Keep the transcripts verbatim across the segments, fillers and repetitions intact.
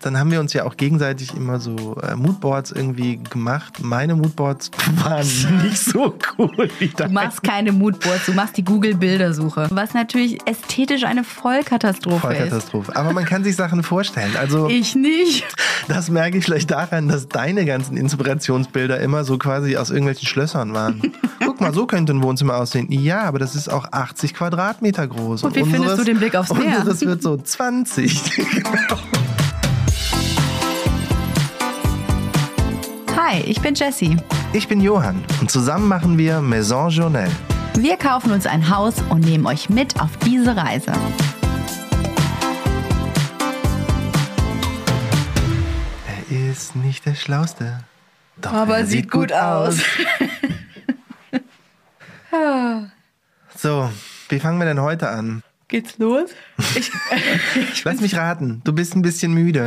dann haben wir uns ja auch gegenseitig immer so äh, Moodboards irgendwie gemacht. Meine Moodboards waren nicht so cool wie deine. Du machst keine Moodboards, du machst die Google-Bildersuche. Was natürlich ästhetisch eine Vollkatastrophe, Vollkatastrophe. ist. Aber man kann sich Sachen vorstellen. Also, ich nicht. Das merke ich vielleicht daran, dass deine ganzen Inspirationsbilder immer so quasi aus irgendwelchen Schlössern waren. Guck mal, so könnte ein Wohnzimmer aussehen. Ja, aber das ist auch achtzig Quadratmeter groß. Und wie und findest unseres, du den Blick aufs Meer? Und das wird so zwanzig. Hi, ich bin Jessie. Ich bin Johann und zusammen machen wir Maison Journelle. Wir kaufen uns ein Haus und nehmen euch mit auf diese Reise. Er ist nicht der Schlauste, doch aber er sieht gut, gut aus. So, wie fangen wir denn heute an? Geht's los? Ich, ich Lass mich raten, du bist ein bisschen müde.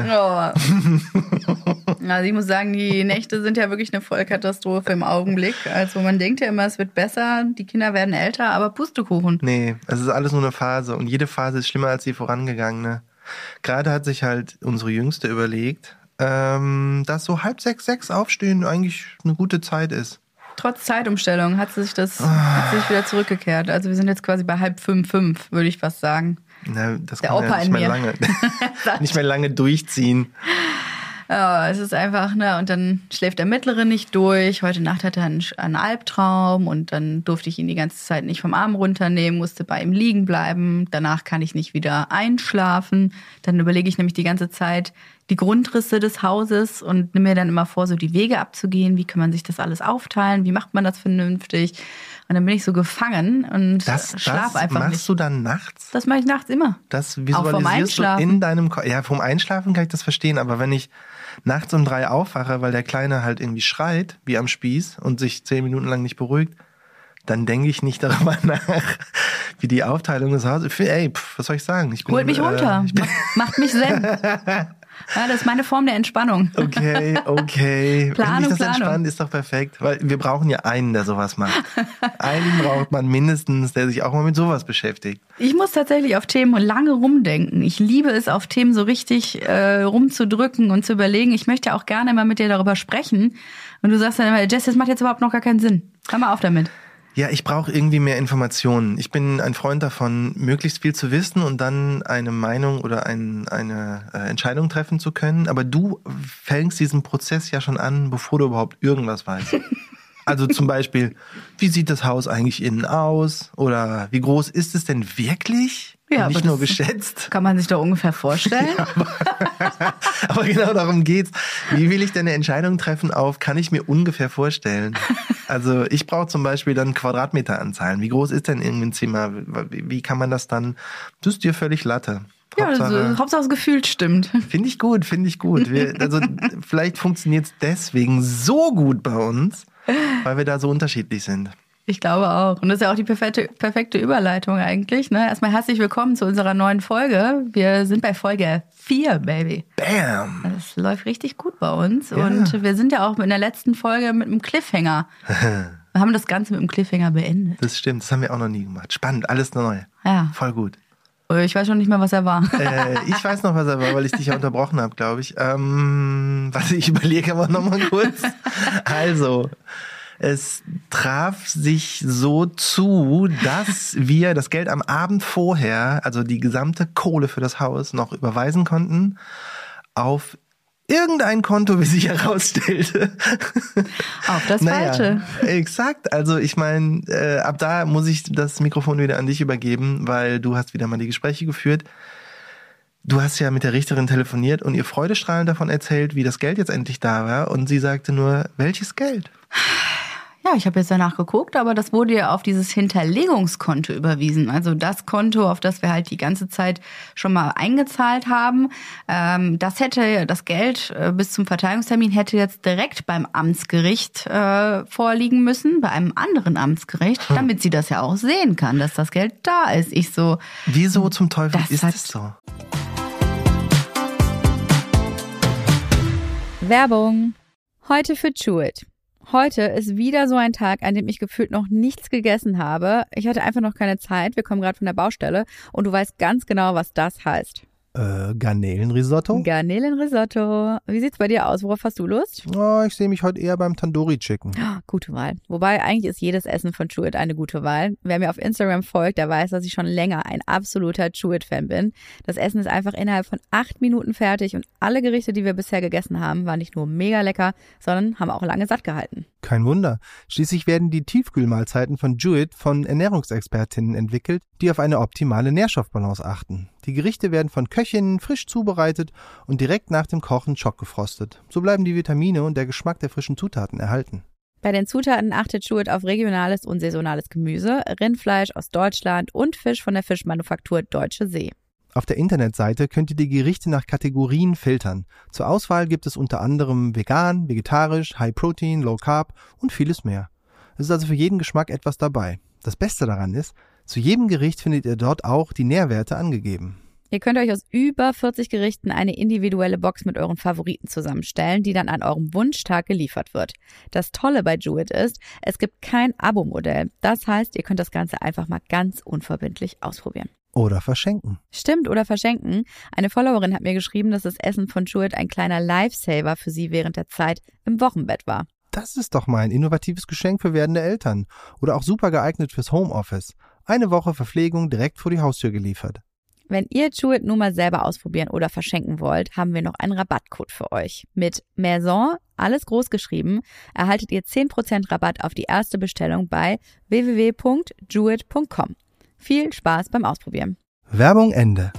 Oh. Also ich muss sagen, die Nächte sind ja wirklich eine Vollkatastrophe im Augenblick. Also man denkt ja immer, es wird besser, die Kinder werden älter, aber Pustekuchen. Nee, es ist alles nur eine Phase und jede Phase ist schlimmer als die vorangegangene. Gerade hat sich halt unsere Jüngste überlegt, ähm, dass so halb sechs, sechs aufstehen eigentlich eine gute Zeit ist. Trotz Zeitumstellung hat sich das hat sich wieder zurückgekehrt. Also wir sind jetzt quasi bei halb fünf, fünf, würde ich fast sagen. Na, das Der kann Opa man ja nicht in mehr mir. lange, nicht mehr lange durchziehen. Ja, es ist einfach, ne, und dann schläft der Mittlere nicht durch. Heute Nacht hat er einen, einen Albtraum und dann durfte ich ihn die ganze Zeit nicht vom Arm runternehmen, musste bei ihm liegen bleiben. Danach kann ich nicht wieder einschlafen. Dann überlege ich nämlich die ganze Zeit die Grundrisse des Hauses und nehme mir dann immer vor, so die Wege abzugehen. Wie kann man sich das alles aufteilen? Wie macht man das vernünftig? Und dann bin ich so gefangen und das, schlaf das einfach machst nicht. du dann nachts? Das mache ich nachts immer. Das Auch vom visualisierst du Einschlafen. in deinem Kopf. Ja, vom Einschlafen kann ich das verstehen, aber wenn ich nachts um drei aufwache, weil der Kleine halt irgendwie schreit, wie am Spieß und sich zehn Minuten lang nicht beruhigt, dann denke ich nicht darüber nach, wie die Aufteilung des Hauses. Ey, pff, was soll ich sagen? Ich bin, Holt mich äh, runter, ich bin macht mich zen. Ja, das ist meine Form der Entspannung. Okay, okay. Planung, Wenn dich das Planung. entspannt, ist doch perfekt. Weil wir brauchen ja einen, der sowas macht. Einen braucht man mindestens, der sich auch mal mit sowas beschäftigt. Ich muss tatsächlich auf Themen lange rumdenken. Ich liebe es, auf Themen so richtig äh, rumzudrücken und zu überlegen. Ich möchte auch gerne mal mit dir darüber sprechen. Und du sagst dann immer, Jess, das macht jetzt überhaupt noch gar keinen Sinn. Hör mal auf damit. Ja, ich brauche irgendwie mehr Informationen. Ich bin ein Freund davon, möglichst viel zu wissen und dann eine Meinung oder ein, eine äh, Entscheidung treffen zu können. Aber du fängst diesen Prozess ja schon an, bevor du überhaupt irgendwas weißt. Also zum Beispiel, wie sieht das Haus eigentlich innen aus? Oder wie groß ist es denn wirklich? Ja, und nicht aber nur das geschätzt. Kann man sich doch ungefähr vorstellen. Ja, aber, aber genau darum geht's. Wie will ich denn eine Entscheidung treffen auf, kann ich mir ungefähr vorstellen? Also ich brauche zum Beispiel dann Quadratmeteranzahlen. Wie groß ist denn irgendwie ein Zimmer? Wie, wie kann man das dann? Das ist dir völlig Latte. Ja, Hauptsache, also, Hauptsache das Gefühl stimmt. Finde ich gut, finde ich gut. Wir, also vielleicht funktioniert es deswegen so gut bei uns, weil wir da so unterschiedlich sind. Ich glaube auch. Und das ist ja auch die perfekte, perfekte Überleitung eigentlich. Ne? Erstmal herzlich willkommen zu unserer neuen Folge. Wir sind bei Folge vier, Baby. Bam! Das läuft richtig gut bei uns. Ja. Und wir sind ja auch in der letzten Folge mit einem Cliffhanger. Wir haben das Ganze mit einem Cliffhanger beendet. Das stimmt, das haben wir auch noch nie gemacht. Spannend, alles neu. Ja. Voll gut. Ich weiß schon nicht mehr, was er war. Äh, ich weiß noch, was er war, weil ich dich ja unterbrochen habe, glaube ich. Ähm, warte, ich überlege aber noch mal kurz. Also, es traf sich so zu, dass wir das Geld am Abend vorher, also die gesamte Kohle für das Haus, noch überweisen konnten auf irgendein Konto, wie sich herausstellte. Auf das naja, Falsche. Exakt. Also ich meine, äh, ab da muss ich das Mikrofon wieder an dich übergeben, weil du hast wieder mal die Gespräche geführt. Du hast ja mit der Richterin telefoniert und ihr freudestrahlend davon erzählt, wie das Geld jetzt endlich da war. Und sie sagte nur, welches Geld? Ja, ich habe jetzt danach geguckt, aber das wurde ja auf dieses Hinterlegungskonto überwiesen. Also das Konto, auf das wir halt die ganze Zeit schon mal eingezahlt haben. Ähm, das hätte, das Geld äh, bis zum Verteidigungstermin hätte jetzt direkt beim Amtsgericht äh, vorliegen müssen, bei einem anderen Amtsgericht, hm. damit sie das ja auch sehen kann, dass das Geld da ist. Ich so. Wieso zum Teufel das ist hat, das so? Werbung. Heute für Chewit. Heute ist wieder so ein Tag, an dem ich gefühlt noch nichts gegessen habe. Ich hatte einfach noch keine Zeit. Wir kommen gerade von der Baustelle und du weißt ganz genau, was das heißt. Äh, Garnelenrisotto? Garnelenrisotto. Wie sieht's bei dir aus? Worauf hast du Lust? Oh, ich sehe mich heute eher beim Tandoori Chicken. Oh, gute Wahl. Wobei, eigentlich ist jedes Essen von Chewit eine gute Wahl. Wer mir auf Instagram folgt, der weiß, dass ich schon länger ein absoluter Chewit-Fan bin. Das Essen ist einfach innerhalb von acht Minuten fertig und alle Gerichte, die wir bisher gegessen haben, waren nicht nur mega lecker, sondern haben auch lange satt gehalten. Kein Wunder. Schließlich werden die Tiefkühlmahlzeiten von Chewit von Ernährungsexpertinnen entwickelt, die auf eine optimale Nährstoffbalance achten. Die Gerichte werden von Köchinnen frisch zubereitet und direkt nach dem Kochen schockgefrostet. So bleiben die Vitamine und der Geschmack der frischen Zutaten erhalten. Bei den Zutaten achtet Chewit auf regionales und saisonales Gemüse, Rindfleisch aus Deutschland und Fisch von der Fischmanufaktur Deutsche See. Auf der Internetseite könnt ihr die Gerichte nach Kategorien filtern. Zur Auswahl gibt es unter anderem vegan, vegetarisch, High Protein, Low Carb und vieles mehr. Es ist also für jeden Geschmack etwas dabei. Das Beste daran ist, zu jedem Gericht findet ihr dort auch die Nährwerte angegeben. Ihr könnt euch aus über vierzig Gerichten eine individuelle Box mit euren Favoriten zusammenstellen, die dann an eurem Wunschtag geliefert wird. Das Tolle bei Chewit ist, es gibt kein Abo-Modell. Das heißt, ihr könnt das Ganze einfach mal ganz unverbindlich ausprobieren. Oder verschenken. Stimmt, oder verschenken. Eine Followerin hat mir geschrieben, dass das Essen von Chewit ein kleiner Lifesaver für sie während der Zeit im Wochenbett war. Das ist doch mal ein innovatives Geschenk für werdende Eltern. Oder auch super geeignet fürs Homeoffice. Eine Woche Verpflegung direkt vor die Haustür geliefert. Wenn ihr Chewit nun mal selber ausprobieren oder verschenken wollt, haben wir noch einen Rabattcode für euch. Mit Maison, alles groß geschrieben, erhaltet ihr zehn Prozent Rabatt auf die erste Bestellung bei w w w punkt chewit punkt com. Viel Spaß beim Ausprobieren. Werbung Ende.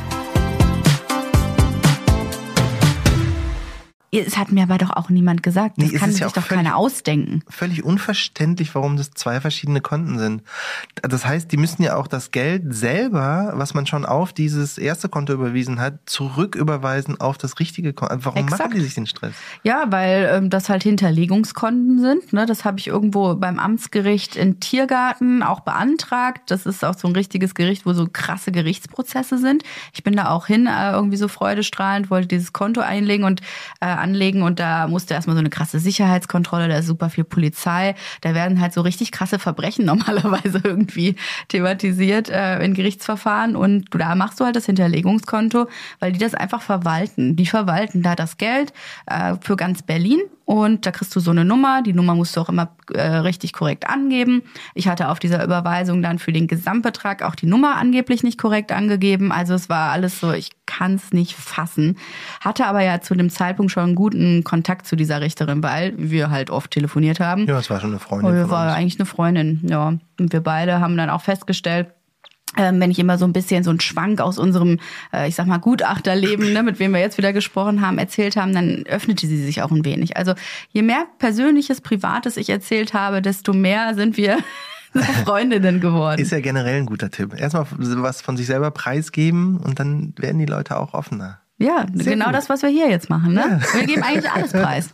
Es hat mir aber doch auch niemand gesagt. Das Nee, es kann ist sich ja auch doch völlig- keiner ausdenken. Völlig unverständlich, warum das zwei verschiedene Konten sind. Das heißt, die müssen ja auch das Geld selber, was man schon auf dieses erste Konto überwiesen hat, zurücküberweisen auf das richtige Konto. Warum Exakt. machen die sich den Stress? Ja, weil ähm, das halt Hinterlegungskonten sind. Ne? Das habe ich irgendwo beim Amtsgericht in Tiergarten auch beantragt. Das ist auch so ein richtiges Gericht, wo so krasse Gerichtsprozesse sind. Ich bin da auch hin, äh, irgendwie so freudestrahlend, wollte dieses Konto einlegen und äh, anlegen und da musste erstmal so eine krasse Sicherheitskontrolle, da ist super viel Polizei. Da werden halt so richtig krasse Verbrechen normalerweise irgendwie thematisiert äh, in Gerichtsverfahren und du, da machst du halt das Hinterlegungskonto, weil die das einfach verwalten. Die verwalten da das Geld äh, für ganz Berlin. Und da kriegst du so eine Nummer. Die Nummer musst du auch immer äh, richtig korrekt angeben. Ich hatte auf dieser Überweisung dann für den Gesamtbetrag auch die Nummer angeblich nicht korrekt angegeben. Also es war alles so, ich kann es nicht fassen. Hatte aber ja zu dem Zeitpunkt schon einen guten Kontakt zu dieser Richterin, weil wir halt oft telefoniert haben. Ja, es war schon eine Freundin Und von war uns. eigentlich eine Freundin, ja. Und wir beide haben dann auch festgestellt, Ähm, wenn ich immer so ein bisschen so einen Schwank aus unserem, äh, ich sag mal, Gutachterleben, ne, mit wem wir jetzt wieder gesprochen haben, erzählt haben, dann öffnete sie sich auch ein wenig. Also je mehr Persönliches, Privates ich erzählt habe, desto mehr sind wir so Freundinnen geworden. Ist ja generell ein guter Tipp. Erstmal was von sich selber preisgeben und dann werden die Leute auch offener. Ja, Sehr genau gut. das, was wir hier jetzt machen. Ne? Ja. Wir geben eigentlich alles preis.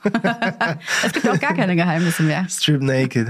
Es gibt auch gar keine Geheimnisse mehr. Strip naked.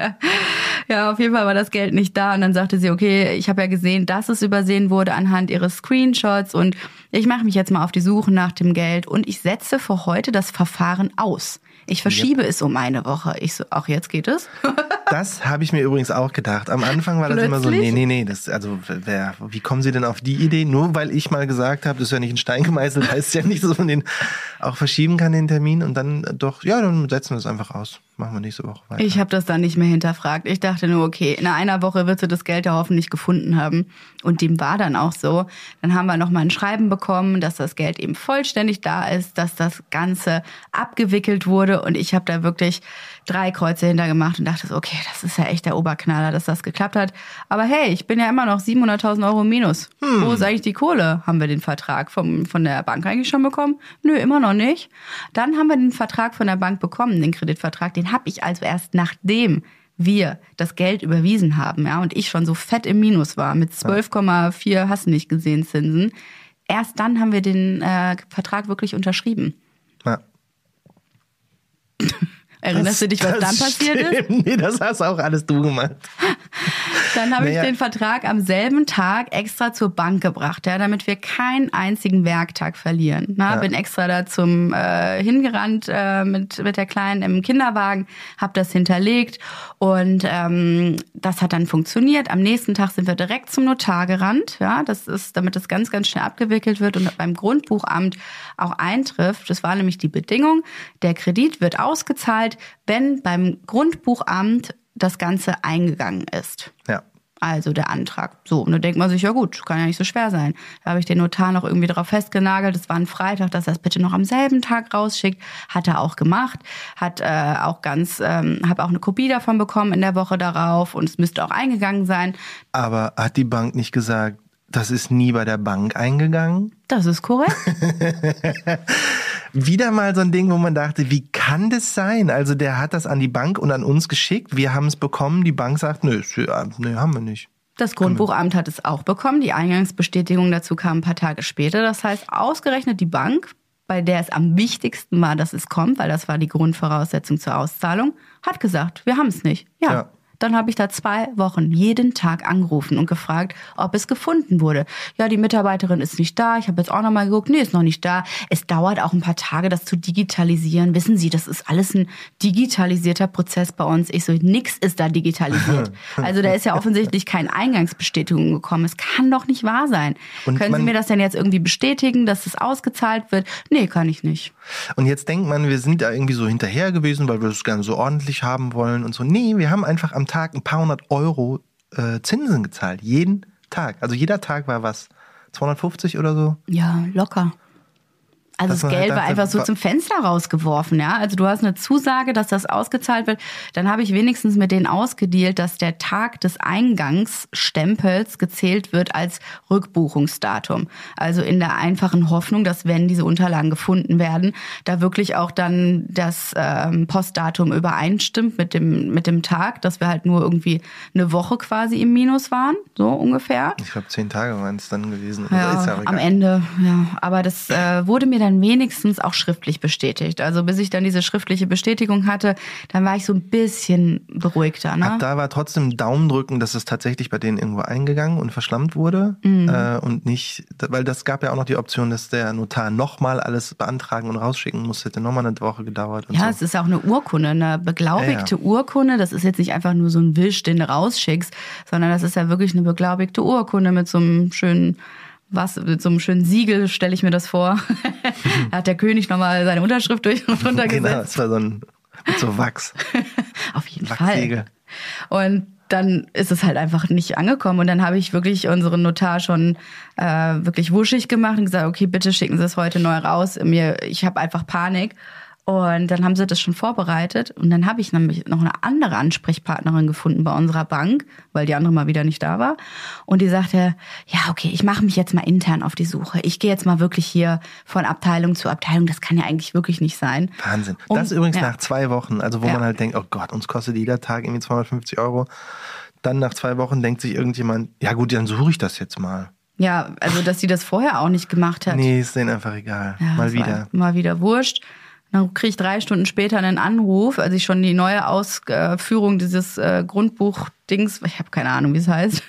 Ja, auf jeden Fall war das Geld nicht da und dann sagte sie, okay, ich habe ja gesehen, dass es übersehen wurde anhand ihres Screenshots und ich mache mich jetzt mal auf die Suche nach dem Geld und ich setze für heute das Verfahren aus. Ich verschiebe es um eine Woche. Ich so, auch jetzt geht es? Das habe ich mir übrigens auch gedacht. Am Anfang war das immer so, Plötzlich? nee, nee, nee, das, also wer, wie kommen Sie denn auf die Idee? Nur weil ich mal gesagt habe, das ist ja nicht in Stein gemeißelt, heißt ja nicht, dass man den auch verschieben kann, den Termin und dann doch, ja, dann setzen wir es einfach aus. Machen wir nächste Woche weiter. Ich habe das dann nicht mehr hinterfragt. Ich dachte nur, okay, in einer Woche wird sie das Geld ja hoffentlich gefunden haben. Und dem war dann auch so. Dann haben wir nochmal ein Schreiben bekommen, dass das Geld eben vollständig da ist, dass das Ganze abgewickelt wurde. Und ich habe da wirklich drei Kreuze hintergemacht und dachte so, okay, das ist ja echt der Oberknaller, dass das geklappt hat. Aber hey, ich bin ja immer noch siebenhunderttausend Euro im Minus. Hm. Wo ist eigentlich die Kohle? Haben wir den Vertrag vom, von der Bank eigentlich schon bekommen? Nö, immer noch nicht. Dann haben wir den Vertrag von der Bank bekommen, den Kreditvertrag. Den habe ich also erst nachdem wir das Geld überwiesen haben, ja, und ich schon so fett im Minus war mit zwölf Komma vier, hast du nicht gesehen, Zinsen. Erst dann haben wir den äh, Vertrag wirklich unterschrieben. Ja. Erinnerst Das- du dich, was das dann passiert ist? stimmt. Nee, das hast auch alles du gemacht. Dann habe Naja. ich den Vertrag am selben Tag extra zur Bank gebracht, ja, damit wir keinen einzigen Werktag verlieren. Na, Ja. Bin extra da zum äh, hingerannt äh, mit mit der Kleinen im Kinderwagen, habe das hinterlegt und ähm, das hat dann funktioniert. Am nächsten Tag sind wir direkt zum Notar gerannt, ja, das ist, damit das ganz ganz schnell abgewickelt wird und beim Grundbuchamt auch eintrifft. Das war nämlich die Bedingung: Der Kredit wird ausgezahlt, wenn beim Grundbuchamt das Ganze eingegangen ist. Ja. Also der Antrag. So, und da denkt man sich, ja gut, kann ja nicht so schwer sein. Da habe ich den Notar noch irgendwie drauf festgenagelt. Es war ein Freitag, dass er es bitte noch am selben Tag rausschickt. Hat er auch gemacht. Hat äh, auch ganz, ähm, habe auch eine Kopie davon bekommen in der Woche darauf und es müsste auch eingegangen sein. Aber hat die Bank nicht gesagt, das ist nie bei der Bank eingegangen? Das ist korrekt. Wieder mal so ein Ding, wo man dachte, wie kann das sein? Also der hat das an die Bank und an uns geschickt. Wir haben es bekommen. Die Bank sagt, nö, nö, haben wir nicht. Das Grundbuchamt hat es auch bekommen. Die Eingangsbestätigung dazu kam ein paar Tage später. Das heißt, ausgerechnet die Bank, bei der es am wichtigsten war, dass es kommt, weil das war die Grundvoraussetzung zur Auszahlung, hat gesagt, wir haben es nicht. Ja. Ja. Dann habe ich da zwei Wochen jeden Tag angerufen und gefragt, ob es gefunden wurde. Ja, die Mitarbeiterin ist nicht da. Ich habe jetzt auch nochmal geguckt. Nee, ist noch nicht da. Es dauert auch ein paar Tage, das zu digitalisieren. Wissen Sie, das ist alles ein digitalisierter Prozess bei uns. Ich so, nix ist da digitalisiert. Also da ist ja offensichtlich keine Eingangsbestätigung gekommen. Es kann doch nicht wahr sein. Und Können Sie man- mir das denn jetzt irgendwie bestätigen, dass es ausgezahlt wird? Nee, kann ich nicht. Und jetzt denkt man, wir sind da irgendwie so hinterher gewesen, weil wir das gerne so ordentlich haben wollen und so. Nee, wir haben einfach am Tag ein paar hundert Euro äh, Zinsen gezahlt. Jeden Tag. Also jeder Tag war was? zweihundertfünfzig oder so? Ja, locker. Also Dass das man halt Geld war dachte, einfach so wa- zum Fenster rausgeworfen, ja. Also du hast eine Zusage, dass das ausgezahlt wird. Dann habe ich wenigstens mit denen ausgedealt, dass der Tag des Eingangsstempels gezählt wird als Rückbuchungsdatum. Also in der einfachen Hoffnung, dass wenn diese Unterlagen gefunden werden, da wirklich auch dann das ähm, Postdatum übereinstimmt mit dem mit dem Tag, dass wir halt nur irgendwie eine Woche quasi im Minus waren, so ungefähr. Ich glaube, zehn Tage waren es dann gewesen. Ja, ist ja auch egal. am Ende, ja. Aber das äh, wurde mir dann wenigstens auch schriftlich bestätigt. Also bis ich dann diese schriftliche Bestätigung hatte, dann war ich so ein bisschen beruhigter. Ne? Ab da war trotzdem Daumen drücken, dass es tatsächlich bei denen irgendwo eingegangen und verschlammt wurde. Mhm. Äh, und nicht, weil das gab ja auch noch die Option, dass der Notar nochmal alles beantragen und rausschicken muss. Hätte nochmal eine Woche gedauert. Und Ja, so. es ist auch eine Urkunde, eine beglaubigte Ja, ja. Urkunde. Das ist jetzt nicht einfach nur so ein Wisch, den du rausschickst, sondern das ist ja wirklich eine beglaubigte Urkunde mit so einem schönen was, mit so einem schönen Siegel, stelle ich mir das vor. Da hat der König nochmal seine Unterschrift durch und runter Genau, gesetzt. es war so ein mit so Wachs. Auf jeden Wachssiegel. Fall. Und dann ist es halt einfach nicht angekommen. Und dann habe ich wirklich unseren Notar schon äh, wirklich wuschig gemacht und gesagt, okay, bitte schicken Sie es heute neu raus. Mir, ich habe einfach Panik. Und dann haben sie das schon vorbereitet. Und dann habe ich nämlich noch eine andere Ansprechpartnerin gefunden bei unserer Bank, weil die andere mal wieder nicht da war. Und die sagte, ja, okay, ich mache mich jetzt mal intern auf die Suche. Ich gehe jetzt mal wirklich hier von Abteilung zu Abteilung. Das kann ja eigentlich wirklich nicht sein. Wahnsinn. Um- Das übrigens ja. nach zwei Wochen, also wo Ja. man halt denkt, oh Gott, uns kostet jeder Tag irgendwie zweihundertfünfzig Euro. Dann nach zwei Wochen denkt sich irgendjemand, ja gut, dann suche ich das jetzt mal. Ja, also dass sie das vorher auch nicht gemacht hat. Nee, ist denen einfach egal. Ja, mal das war wieder. Mal wieder wurscht. Dann kriege ich drei Stunden später einen Anruf, als ich schon die neue Ausführung dieses äh, Grundbuchdings, ich habe keine Ahnung, wie es heißt,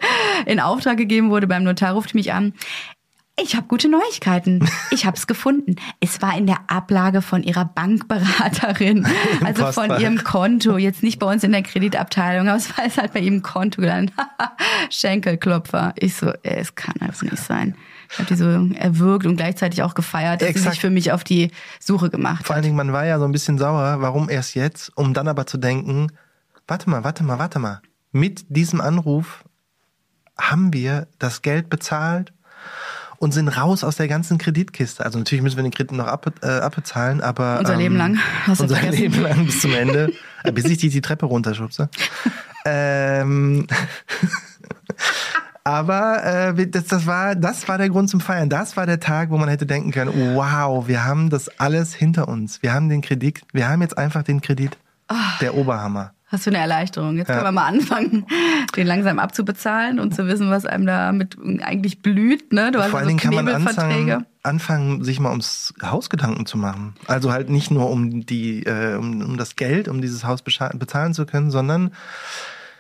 in Auftrag gegeben wurde beim Notar, ruft mich an. Ich habe gute Neuigkeiten. Ich habe es gefunden. Es war in der Ablage von ihrer Bankberaterin, also von Postfach. ihrem Konto. Jetzt nicht bei uns in der Kreditabteilung, aber es war jetzt halt bei ihrem Konto gelandet. Schenkelklopfer. Ich so, ey, es kann einfach nicht sein. Ich habe die so erwürgt und gleichzeitig auch gefeiert, dass sie Exakt. sich für mich auf die Suche gemacht Vor allen hat. Dingen, man war ja so ein bisschen sauer, warum erst jetzt, um dann aber zu denken, warte mal, warte mal, warte mal. Mit diesem Anruf haben wir das Geld bezahlt und sind raus aus der ganzen Kreditkiste. Also natürlich müssen wir den Kredit noch ab, äh, abbezahlen, aber... Unser Leben lang. Hast du unser vergessen? Leben lang bis zum Ende, äh, bis ich die, die Treppe runterschubse. ähm... Aber äh, das, das, war, das war der Grund zum Feiern. Das war der Tag, wo man hätte denken können, wow, wir haben das alles hinter uns. Wir haben den Kredit, wir haben jetzt einfach den Kredit. Der Oberhammer. Was für eine Erleichterung. Jetzt Ja. können wir mal anfangen, den langsam abzubezahlen und zu wissen, was einem da mit eigentlich blüht. Ne? Du hast Vor ja allen so Dingen kann man Knebelverträge. anfangen, anfangen, sich mal ums Haus Gedanken zu machen. Also halt nicht nur um die, äh, um, um das Geld, um dieses Haus bescha- bezahlen zu können, sondern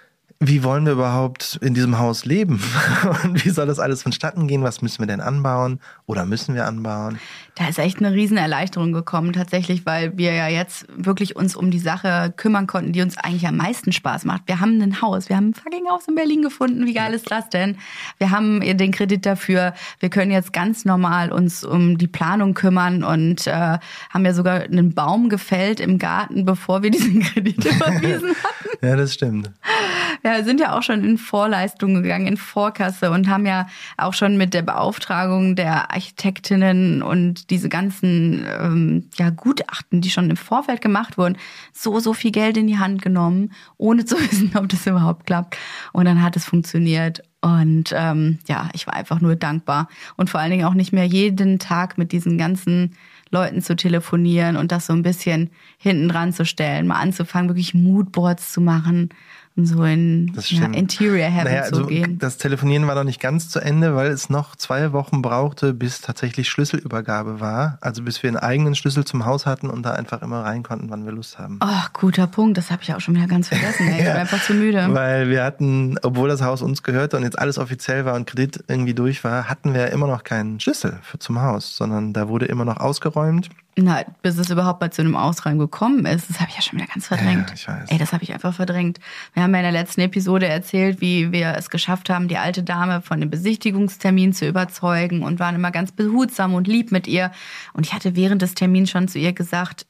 wie wollen wir überhaupt in diesem Haus leben? Und wie soll das alles vonstatten gehen? Was müssen wir denn anbauen oder müssen wir anbauen? Da ist echt eine riesen Erleichterung gekommen tatsächlich, weil wir ja jetzt wirklich uns um die Sache kümmern konnten, die uns eigentlich am meisten Spaß macht. Wir haben ein Haus, wir haben ein fucking Haus in Berlin gefunden. Wie geil ist das denn? Wir haben den Kredit dafür. Wir können jetzt ganz normal uns um die Planung kümmern und äh, haben ja sogar einen Baum gefällt im Garten, bevor wir diesen Kredit überwiesen hatten. Ja, das stimmt. Ja, sind ja auch schon in Vorleistungen gegangen, in Vorkasse und haben ja auch schon mit der Beauftragung der Architektinnen und diese ganzen ähm, ja, Gutachten, die schon im Vorfeld gemacht wurden, so, so viel Geld in die Hand genommen, ohne zu wissen, ob das überhaupt klappt. Und dann hat es funktioniert. Und ähm, ja, ich war einfach nur dankbar. Und vor allen Dingen auch nicht mehr jeden Tag mit diesen ganzen Leuten zu telefonieren und das so ein bisschen hinten dran zu stellen, mal anzufangen, wirklich Moodboards zu machen und so in ja, Interior Heaven naja, zu also gehen. Das Telefonieren war noch nicht ganz zu Ende, weil es noch zwei Wochen brauchte, bis tatsächlich Schlüsselübergabe war. Also bis wir einen eigenen Schlüssel zum Haus hatten und da einfach immer rein konnten, wann wir Lust haben. Oh, guter Punkt. Das habe ich auch schon wieder ganz vergessen. Ey. Ich ja, bin einfach zu müde. Weil wir hatten, obwohl das Haus uns gehörte und jetzt alles offiziell war und Kredit irgendwie durch war, hatten wir immer noch keinen Schlüssel für zum Haus, sondern da wurde immer noch ausgeräumt. Na, bis es überhaupt mal zu einem Ausräumen gekommen ist, das habe ich ja schon wieder ganz verdrängt. Ja, ich weiß. Ey, das habe ich einfach verdrängt. Wir haben ja in der letzten Episode erzählt, wie wir es geschafft haben, die alte Dame von dem Besichtigungstermin zu überzeugen und waren immer ganz behutsam und lieb mit ihr. Und ich hatte während des Termins schon zu ihr gesagt,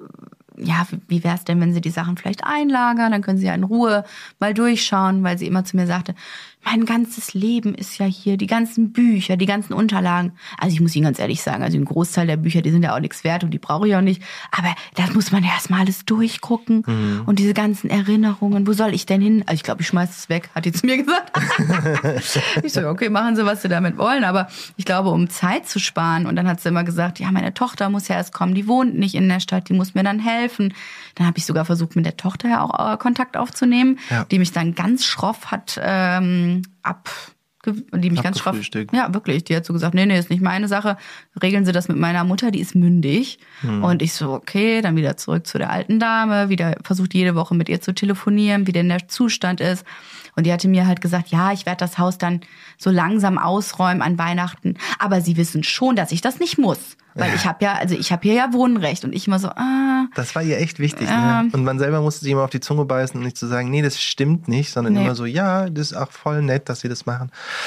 ja, wie wäre es denn, wenn Sie die Sachen vielleicht einlagern? Dann können Sie ja in Ruhe mal durchschauen, weil sie immer zu mir sagte, mein ganzes Leben ist ja hier, die ganzen Bücher, die ganzen Unterlagen. Also ich muss Ihnen ganz ehrlich sagen, also ein Großteil der Bücher, die sind ja auch nichts wert und die brauche ich auch nicht. Aber das muss man ja erstmal alles durchgucken. Mhm. Und diese ganzen Erinnerungen, wo soll ich denn hin? Also ich glaube, ich schmeiß es weg, hat die zu mir gesagt. Ich so, okay, machen Sie, was Sie damit wollen. Aber ich glaube, um Zeit zu sparen. Und dann hat sie immer gesagt, ja, meine Tochter muss ja erst kommen, die wohnt nicht in der Stadt, die muss mir dann helfen. Dann habe ich sogar versucht, mit der Tochter ja auch Kontakt aufzunehmen, ja. die mich dann ganz schroff hat ähm, ab... Die mich ganz schroff. Ja, wirklich. Die hat so gesagt, nee, nee, ist nicht meine Sache. Regeln Sie das mit meiner Mutter, die ist mündig. Hm. Und ich so, okay, dann wieder zurück zu der alten Dame, wieder versucht jede Woche mit ihr zu telefonieren, wie denn der Zustand ist. Und die hatte mir halt gesagt, ja, ich werde das Haus dann so langsam ausräumen an Weihnachten. Aber Sie wissen schon, dass ich das nicht muss. Weil ja. ich habe ja, also ich habe hier ja Wohnrecht und ich immer so, ah. Das war ihr echt wichtig, äh, ne? Und man selber musste sich immer auf die Zunge beißen und nicht zu sagen, nee, das stimmt nicht, sondern nee. immer so, ja, das ist auch voll nett, dass sie das machen.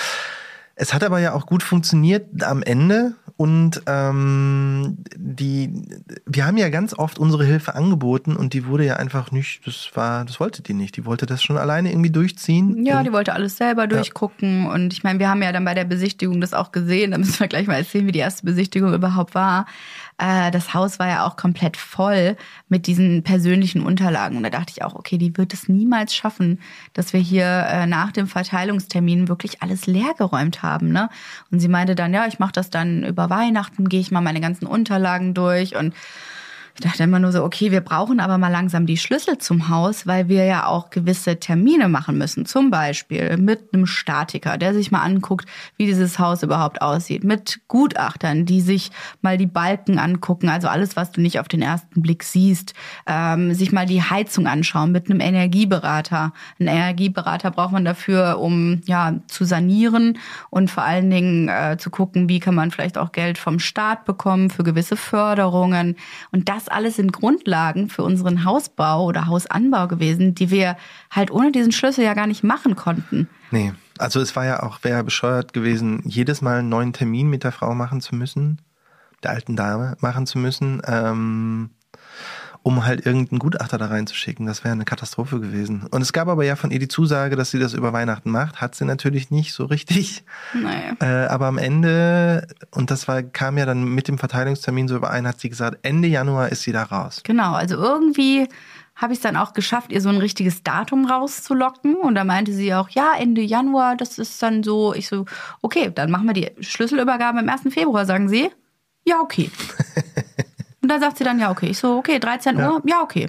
Es hat aber ja auch gut funktioniert am Ende und ähm, die, wir haben ja ganz oft unsere Hilfe angeboten und die wurde ja einfach nicht, das war, das wollte die nicht. Die wollte das schon alleine irgendwie durchziehen. Ja, die wollte alles selber durchgucken ja. und ich meine, wir haben ja dann bei der Besichtigung das auch gesehen, da müssen wir gleich mal erzählen, wie die erste Besichtigung überhaupt war. Das Haus war ja auch komplett voll mit diesen persönlichen Unterlagen. Und da dachte ich auch, okay, die wird es niemals schaffen, dass wir hier nach dem Verteilungstermin wirklich alles leergeräumt haben. Ne? Und sie meinte dann, ja, ich mache das dann über Weihnachten, gehe ich mal meine ganzen Unterlagen durch. Und ich dachte immer nur so, okay, wir brauchen aber mal langsam die Schlüssel zum Haus, weil wir ja auch gewisse Termine machen müssen. Zum Beispiel mit einem Statiker, der sich mal anguckt, wie dieses Haus überhaupt aussieht. Mit Gutachtern, die sich mal die Balken angucken, also alles, was du nicht auf den ersten Blick siehst. Ähm, sich mal die Heizung anschauen mit einem Energieberater. Einen Energieberater braucht man dafür, um ja zu sanieren und vor allen Dingen äh, zu gucken, wie kann man vielleicht auch Geld vom Staat bekommen für gewisse Förderungen. Und das alles sind Grundlagen für unseren Hausbau oder Hausanbau gewesen, die wir halt ohne diesen Schlüssel ja gar nicht machen konnten. Nee, also es war ja auch, wäre bescheuert gewesen, jedes Mal einen neuen Termin mit der Frau machen zu müssen, der alten Dame machen zu müssen, ähm, um halt irgendeinen Gutachter da reinzuschicken. Das wäre eine Katastrophe gewesen. Und es gab aber ja von ihr die Zusage, dass sie das über Weihnachten macht. Hat sie natürlich nicht so richtig. Naja. Äh, aber am Ende, und das war, kam ja dann mit dem Verteilungstermin so überein, hat sie gesagt, Ende Januar ist sie da raus. Genau, also irgendwie habe ich es dann auch geschafft, ihr so ein richtiges Datum rauszulocken. Und da meinte sie auch, ja, Ende Januar, das ist dann so. Ich so, okay, dann machen wir die Schlüsselübergabe am ersten Februar, sagen sie. Ja, okay. Und dann sagt sie dann, ja, okay. Ich so, okay, dreizehn Uhr, ja, okay.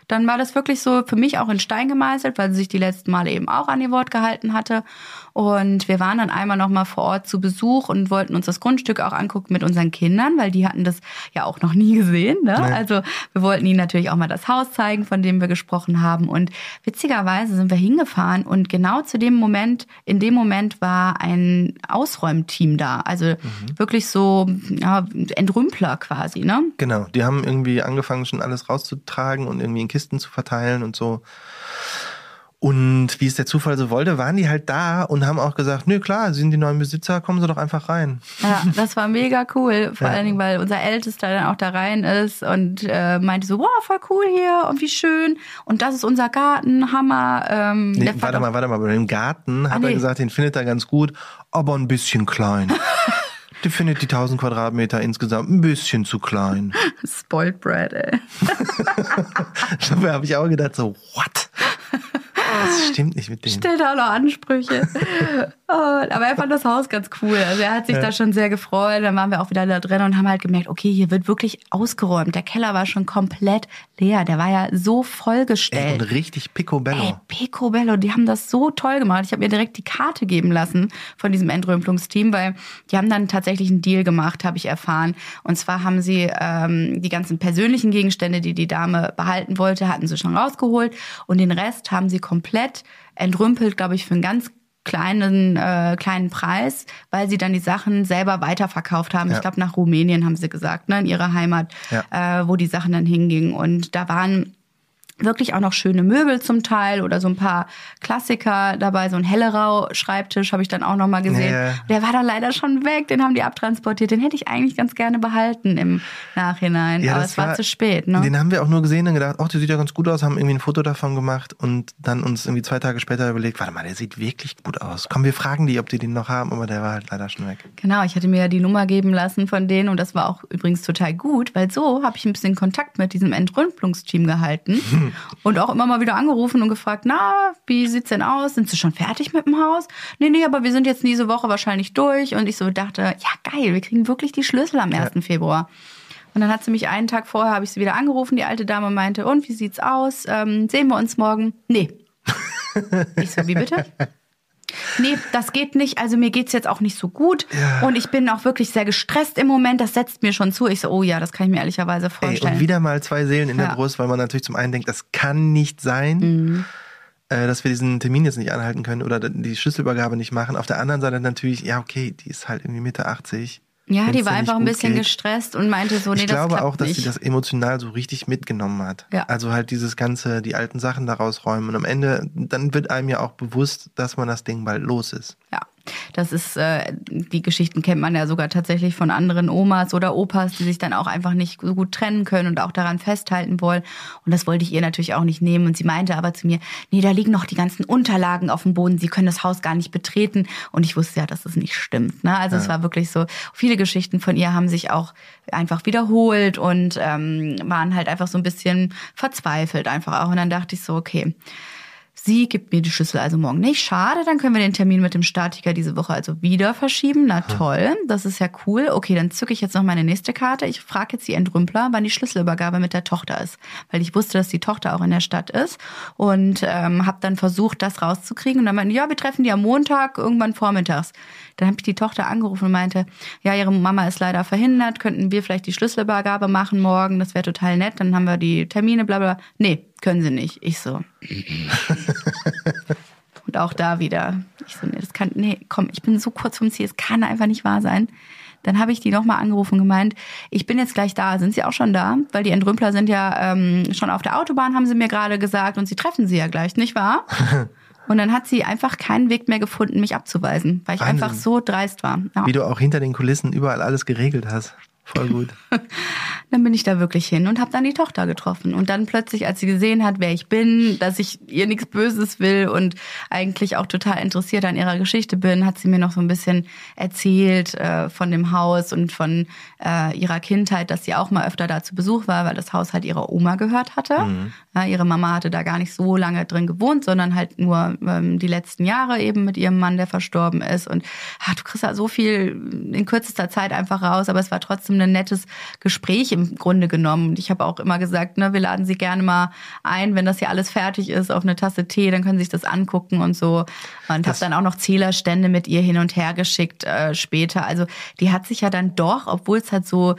dann war das wirklich so für mich auch in Stein gemeißelt, weil sie sich die letzten Male eben auch an ihr Wort gehalten hatte. Und wir waren dann einmal noch mal vor Ort zu Besuch und wollten uns das Grundstück auch angucken mit unseren Kindern, weil die hatten das ja auch noch nie gesehen. Ne? Nee. Also wir wollten ihnen natürlich auch mal das Haus zeigen, von dem wir gesprochen haben. Und witzigerweise sind wir hingefahren und genau zu dem Moment, in dem Moment war ein Ausräumteam da. Also mhm. wirklich so ja, Entrümpler quasi. Ne? Genau, die haben irgendwie angefangen schon alles rauszutragen und irgendwie in Kisten zu verteilen und so. Und wie es der Zufall so wollte, waren die halt da und haben auch gesagt, nö klar, Sie sind die neuen Besitzer, kommen Sie doch einfach rein. Ja, das war mega cool, vor ja. allen Dingen, weil unser Ältester dann auch da rein ist und äh, meinte so, wow, voll cool hier und wie schön und das ist unser Garten, Hammer. Ähm, nee, warte mal, warte mal, bei dem Garten ah, hat nee. er gesagt, den findet er ganz gut, aber ein bisschen klein. Der findet die tausend Quadratmeter insgesamt ein bisschen zu klein. Spoiled Brat, ey. Da habe ich auch gedacht so, what? Das stimmt nicht mit denen. Stellt auch noch Ansprüche. Oh, aber er fand das Haus ganz cool. Also er hat sich ja. da schon sehr gefreut. Dann waren wir auch wieder da drin und haben halt gemerkt, okay, hier wird wirklich ausgeräumt. Der Keller war schon komplett leer. Der war ja so vollgestellt. Ey, und richtig picobello. Ey, picobello. Die haben das so toll gemacht. Ich habe mir direkt die Karte geben lassen von diesem Entrümpelungsteam, weil die haben dann tatsächlich einen Deal gemacht, habe ich erfahren. Und zwar haben sie ähm, die ganzen persönlichen Gegenstände, die die Dame behalten wollte, hatten sie schon rausgeholt. Und den Rest haben sie komplett entrümpelt, glaube ich, für einen ganz kleinen äh, kleinen Preis, weil sie dann die Sachen selber weiterverkauft haben. Ja. Ich glaube, nach Rumänien haben sie gesagt, ne, in ihrer Heimat, ja. äh, wo die Sachen dann hingingen. Und da waren wirklich auch noch schöne Möbel zum Teil oder so ein paar Klassiker dabei. So ein Hellerau-Schreibtisch habe ich dann auch noch mal gesehen. Ja. Der war dann leider schon weg, den haben die abtransportiert. Den hätte ich eigentlich ganz gerne behalten im Nachhinein, ja, aber es war, war zu spät. Ne? Den haben wir auch nur gesehen und gedacht, ach, der sieht ja ganz gut aus, haben irgendwie ein Foto davon gemacht und dann uns irgendwie zwei Tage später überlegt, warte mal, der sieht wirklich gut aus. Komm, wir fragen die, ob die den noch haben, aber der war halt leider schon weg. Genau, ich hatte mir ja die Nummer geben lassen von denen und das war auch übrigens total gut, weil so habe ich ein bisschen Kontakt mit diesem Entrümpelungsteam gehalten. Und auch immer mal wieder angerufen und gefragt, na, wie sieht's denn aus? Sind Sie schon fertig mit dem Haus? Nee, nee, aber wir sind jetzt diese Woche wahrscheinlich durch. Und ich so dachte, ja geil, wir kriegen wirklich die Schlüssel am ersten Ja. Februar. Und dann hat sie mich einen Tag vorher, habe ich sie wieder angerufen, die alte Dame meinte, und wie sieht's aus? Ähm, sehen wir uns morgen? Nee. Ich so, wie bitte? Nee, das geht nicht. Also mir geht's jetzt auch nicht so gut. Ja. Und ich bin auch wirklich sehr gestresst im Moment. Das setzt mir schon zu. Ich so, oh ja, das kann ich mir ehrlicherweise vorstellen. Ey, und wieder mal zwei Seelen in ja. der Brust, weil man natürlich zum einen denkt, das kann nicht sein, mhm. äh, dass wir diesen Termin jetzt nicht anhalten können oder die Schlüsselübergabe nicht machen. Auf der anderen Seite natürlich, ja okay, die ist halt irgendwie Mitte achtzig. Ja, die war einfach ein bisschen geht. gestresst und meinte so, nee, ich das glaube klappt auch, dass nicht. sie das emotional so richtig mitgenommen hat. Ja. Also halt dieses ganze, die alten Sachen da rausräumen. Und am Ende, dann wird einem ja auch bewusst, dass man das Ding bald los ist. Ja, das ist, äh, die Geschichten kennt man ja sogar tatsächlich von anderen Omas oder Opas, die sich dann auch einfach nicht so gut trennen können und auch daran festhalten wollen. Und das wollte ich ihr natürlich auch nicht nehmen. Und sie meinte aber zu mir, nee, da liegen noch die ganzen Unterlagen auf dem Boden. Sie können das Haus gar nicht betreten. Und ich wusste ja, dass es nicht stimmt. Ne? Also ja. es war wirklich so, viele Geschichten von ihr haben sich auch einfach wiederholt und ähm, waren halt einfach so ein bisschen verzweifelt einfach auch. Und dann dachte ich so, okay, sie gibt mir die Schlüssel also morgen nicht. Schade, dann können wir den Termin mit dem Statiker diese Woche also wieder verschieben. Na toll, das ist ja cool. Okay, dann zücke ich jetzt noch meine nächste Karte. Ich frage jetzt die Entrümpler, wann die Schlüsselübergabe mit der Tochter ist. Weil ich wusste, dass die Tochter auch in der Stadt ist. Und ähm, habe dann versucht, das rauszukriegen. Und dann meinten, ja, wir treffen die am Montag, irgendwann vormittags. Dann habe ich die Tochter angerufen und meinte, ja, ihre Mama ist leider verhindert. Könnten wir vielleicht die Schlüsselübergabe machen morgen? Das wäre total nett. Dann haben wir die Termine, bla bla. Nee, können sie nicht. Ich so. Und auch da wieder. Ich so, nee, das kann, nee, komm, ich bin so kurz vom Ziel, es kann einfach nicht wahr sein. Dann habe ich die nochmal angerufen und gemeint, ich bin jetzt gleich da. Sind Sie auch schon da? Weil die Entrümpler sind ja ähm, schon auf der Autobahn, haben sie mir gerade gesagt. Und sie treffen sie ja gleich, nicht wahr? Und dann hat sie einfach keinen Weg mehr gefunden, mich abzuweisen, weil ich Wahnsinn. einfach so dreist war. Ja. Wie du auch hinter den Kulissen überall alles geregelt hast. Voll gut. Dann bin ich da wirklich hin und habe dann die Tochter getroffen. Und dann plötzlich, als sie gesehen hat, wer ich bin, dass ich ihr nichts Böses will und eigentlich auch total interessiert an ihrer Geschichte bin, hat sie mir noch so ein bisschen erzählt äh, von dem Haus und von äh, ihrer Kindheit, dass sie auch mal öfter da zu Besuch war, weil das Haus halt ihrer Oma gehört hatte. Mhm. Ja, ihre Mama hatte da gar nicht so lange drin gewohnt, sondern halt nur ähm, die letzten Jahre eben mit ihrem Mann, der verstorben ist. Und ach, du kriegst da so viel in kürzester Zeit einfach raus, aber es war trotzdem trotzdem ein nettes Gespräch im Grunde genommen. Und ich habe auch immer gesagt, ne, wir laden Sie gerne mal ein, wenn das hier alles fertig ist, auf eine Tasse Tee, dann können Sie sich das angucken und so. Und habe dann auch noch Zählerstände mit ihr hin und her geschickt äh, später. Also die hat sich ja dann doch, obwohl es halt so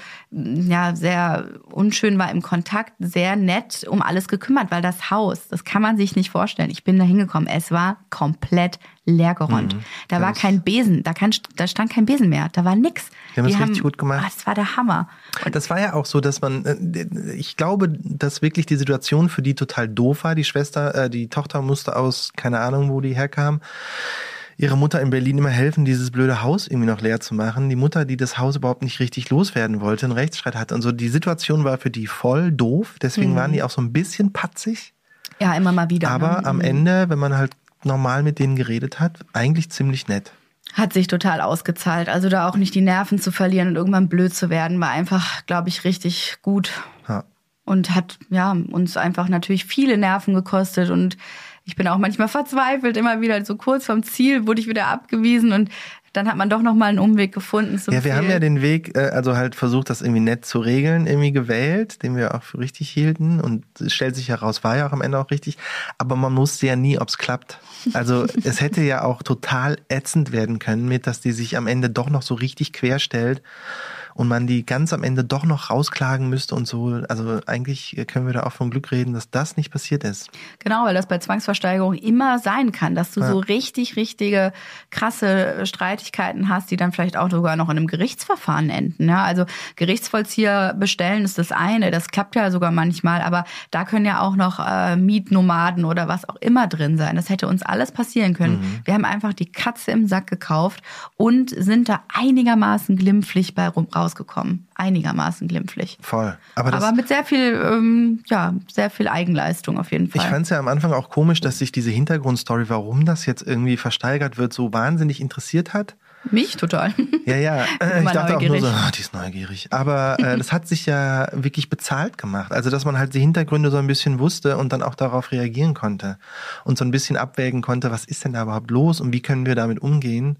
ja sehr unschön war im Kontakt, sehr nett um alles gekümmert, weil das Haus, das kann man sich nicht vorstellen. Ich bin da hingekommen, es war komplett leergeräumt. Mhm, da war kein Besen, da, kann, da stand kein Besen mehr, da war nix. Die haben das richtig gut gemacht. Das war der Hammer. Und das war ja auch so, dass man, ich glaube, dass wirklich die Situation für die total doof war. Die Schwester, äh, die Tochter musste aus, keine Ahnung, wo die herkam, ihre Mutter in Berlin immer helfen, dieses blöde Haus irgendwie noch leer zu machen. Die Mutter, die das Haus überhaupt nicht richtig loswerden wollte, einen Rechtsstreit hatte und so. Die Situation war für die voll doof. Deswegen mhm. waren die auch so ein bisschen patzig. Ja, immer mal wieder. Aber ne? am Ende, wenn man halt normal mit denen geredet hat, eigentlich ziemlich nett. Hat sich total ausgezahlt. Also da auch nicht die Nerven zu verlieren und irgendwann blöd zu werden, war einfach, glaube ich, richtig gut. Ja. Und hat ja uns einfach natürlich viele Nerven gekostet. Und ich bin auch manchmal verzweifelt, immer wieder so kurz vom Ziel wurde ich wieder abgewiesen und dann hat man doch noch mal einen Umweg gefunden. Zum ja, wir Ziel. haben ja den Weg, also halt versucht, das irgendwie nett zu regeln, irgendwie gewählt, den wir auch für richtig hielten. Und es stellt sich heraus, war ja auch am Ende auch richtig. Aber man wusste ja nie, ob es klappt. Also es hätte ja auch total ätzend werden können mit, dass die sich am Ende doch noch so richtig querstellt und man die ganz am Ende doch noch rausklagen müsste und so. Also eigentlich können wir da auch von Glück reden, dass das nicht passiert ist. Genau, weil das bei Zwangsversteigerung immer sein kann, dass du ja. so richtig, richtige, krasse Streitigkeiten hast, die dann vielleicht auch sogar noch in einem Gerichtsverfahren enden. Ja, also Gerichtsvollzieher bestellen ist das eine, das klappt ja sogar manchmal, aber da können ja auch noch äh, Mietnomaden oder was auch immer drin sein. Das hätte uns alles passieren können. Mhm. Wir haben einfach die Katze im Sack gekauft und sind da einigermaßen glimpflich bei rum rausgekommen. Einigermaßen glimpflich. Voll. Aber, das, Aber mit sehr viel, ähm, ja, sehr viel Eigenleistung auf jeden Fall. Ich fand es ja am Anfang auch komisch, dass sich diese Hintergrundstory, warum das jetzt irgendwie versteigert wird, so wahnsinnig interessiert hat. Mich total. Ja, ja. Ich dachte neugierig. auch nur so, oh, die ist neugierig. Aber äh, das hat sich ja wirklich bezahlt gemacht. Also, dass man halt die Hintergründe so ein bisschen wusste und dann auch darauf reagieren konnte. Und so ein bisschen abwägen konnte, was ist denn da überhaupt los und wie können wir damit umgehen?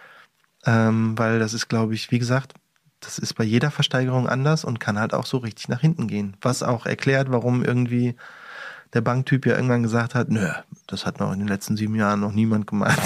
Ähm, weil das ist, glaube ich, wie gesagt, das ist bei jeder Versteigerung anders und kann halt auch so richtig nach hinten gehen. Was auch erklärt, warum irgendwie der Banktyp ja irgendwann gesagt hat, nö, das hat noch in den letzten sieben Jahren noch niemand gemacht.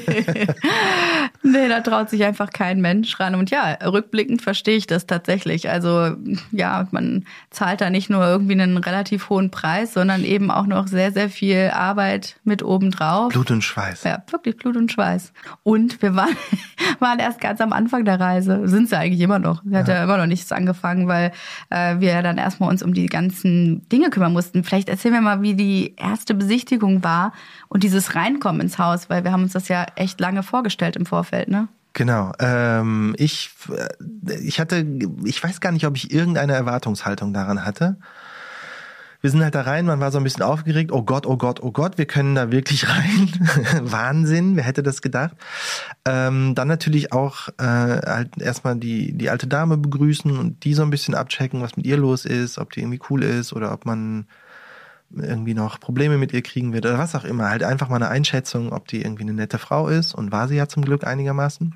Nee, da traut sich einfach kein Mensch ran. Und ja, rückblickend verstehe ich das tatsächlich. Also ja, man zahlt da nicht nur irgendwie einen relativ hohen Preis, sondern eben auch noch sehr, sehr viel Arbeit mit obendrauf. Blut und Schweiß. Ja, wirklich Blut und Schweiß. Und wir waren, waren erst ganz am Anfang der Reise. Sind sie eigentlich immer noch. Wir hatten ja immer noch nichts angefangen, weil äh, wir dann erstmal uns um die ganzen Dinge kümmern mussten. Vielleicht erzählen wir mal, wie die erste Besichtigung war und dieses Reinkommen ins Haus, weil wir haben uns das ja echt lange vorgestellt im Vorfeld, ne? Genau. Ähm, ich, ich hatte, ich weiß gar nicht, ob ich irgendeine Erwartungshaltung daran hatte. Wir sind halt da rein, man war so ein bisschen aufgeregt. Oh Gott, oh Gott, oh Gott, wir können da wirklich rein. Wahnsinn, wer hätte das gedacht? Ähm, dann natürlich auch äh, halt erstmal die die alte Dame begrüßen und die so ein bisschen abchecken, was mit ihr los ist, ob die irgendwie cool ist oder ob man irgendwie noch Probleme mit ihr kriegen wird oder was auch immer. Halt einfach mal eine Einschätzung, ob die irgendwie eine nette Frau ist und war sie ja zum Glück einigermaßen.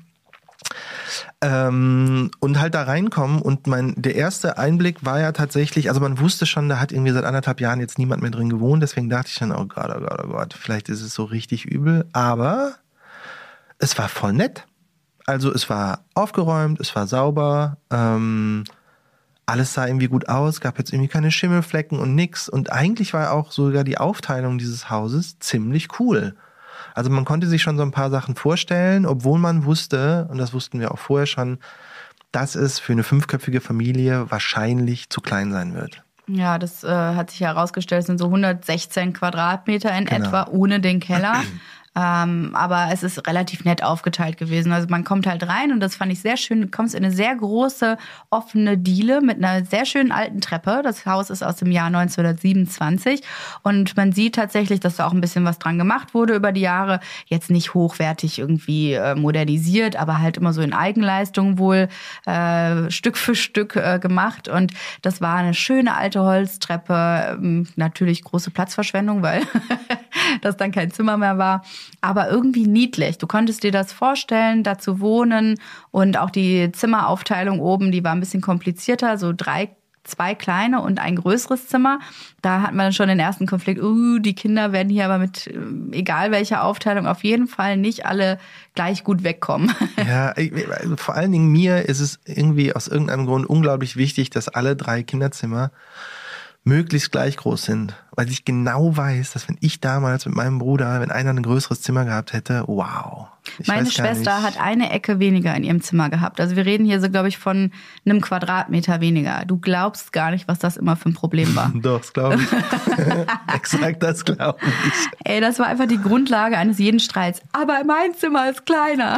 Ähm, und halt da reinkommen und mein der erste Einblick war ja tatsächlich, also man wusste schon, da hat irgendwie seit anderthalb Jahren jetzt niemand mehr drin gewohnt, deswegen dachte ich dann, oh Gott, oh Gott, oh Gott, vielleicht ist es so richtig übel, aber es war voll nett. Also es war aufgeräumt, es war sauber, ähm, alles sah irgendwie gut aus, gab jetzt irgendwie keine Schimmelflecken und nix. Und eigentlich war auch sogar die Aufteilung dieses Hauses ziemlich cool. Also man konnte sich schon so ein paar Sachen vorstellen, obwohl man wusste, und das wussten wir auch vorher schon, dass es für eine fünfköpfige Familie wahrscheinlich zu klein sein wird. Ja, das äh, hat sich herausgestellt, es sind so hundertsechzehn Quadratmeter in Genau. etwa ohne den Keller. Ähm, aber es ist relativ nett aufgeteilt gewesen. Also man kommt halt rein und das fand ich sehr schön. Du kommst in eine sehr große, offene Diele mit einer sehr schönen alten Treppe. Das Haus ist aus dem Jahr neunzehnhundertsiebenundzwanzig und man sieht tatsächlich, dass da auch ein bisschen was dran gemacht wurde über die Jahre. Jetzt nicht hochwertig irgendwie äh, modernisiert, aber halt immer so in Eigenleistung wohl äh, Stück für Stück äh, gemacht. Und das war eine schöne alte Holztreppe. Ähm, natürlich große Platzverschwendung, weil dass dann kein Zimmer mehr war. Aber irgendwie niedlich. Du konntest dir das vorstellen, da zu wohnen. Und auch die Zimmeraufteilung oben, die war ein bisschen komplizierter. So drei, zwei kleine und ein größeres Zimmer. Da hatten wir dann schon den ersten Konflikt. Uh, die Kinder werden hier aber mit, egal welcher Aufteilung, auf jeden Fall nicht alle gleich gut wegkommen. Ja, also vor allen Dingen mir ist es irgendwie aus irgendeinem Grund unglaublich wichtig, dass alle drei Kinderzimmer möglichst gleich groß sind. Weil ich genau weiß, dass wenn ich damals mit meinem Bruder, wenn einer ein größeres Zimmer gehabt hätte, wow. Ich Meine Schwester hat eine Ecke weniger in ihrem Zimmer gehabt. Also wir reden hier so, glaube ich, von einem Quadratmeter weniger. Du glaubst gar nicht, was das immer für ein Problem war. Doch, das glaube ich. Exakt, das glaube ich. Ey, das war einfach die Grundlage eines jeden Streits. Aber mein Zimmer ist kleiner.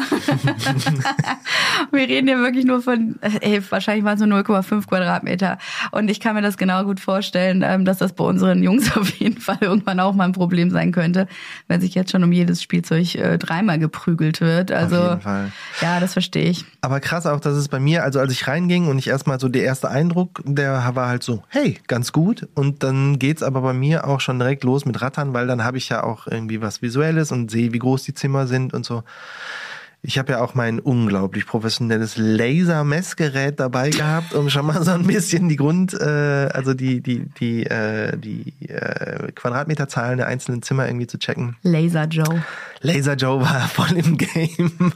Wir reden hier wirklich nur von, ey, wahrscheinlich waren es nur null Komma fünf Quadratmeter. Und ich kann mir das genau gut vorstellen, dass das bei unseren Jungs auf jeden Fall irgendwann auch mal ein Problem sein könnte, wenn sich jetzt schon um jedes Spielzeug äh, dreimal geprügelt wird. Also, auf jeden Fall. Ja, das verstehe ich. Aber krass auch, dass es bei mir, also als ich reinging und ich erstmal so der erste Eindruck, der war halt so, hey, ganz gut. Und dann geht's aber bei mir auch schon direkt los mit Rattern, weil dann habe ich ja auch irgendwie was Visuelles und sehe, wie groß die Zimmer sind und so. Ich habe ja auch mein unglaublich professionelles Laser-Messgerät dabei gehabt, um schon mal so ein bisschen die Grund, äh, also die die die äh, die äh, Quadratmeterzahlen der einzelnen Zimmer irgendwie zu checken. Laser Joe. Laser Joe war voll im Game.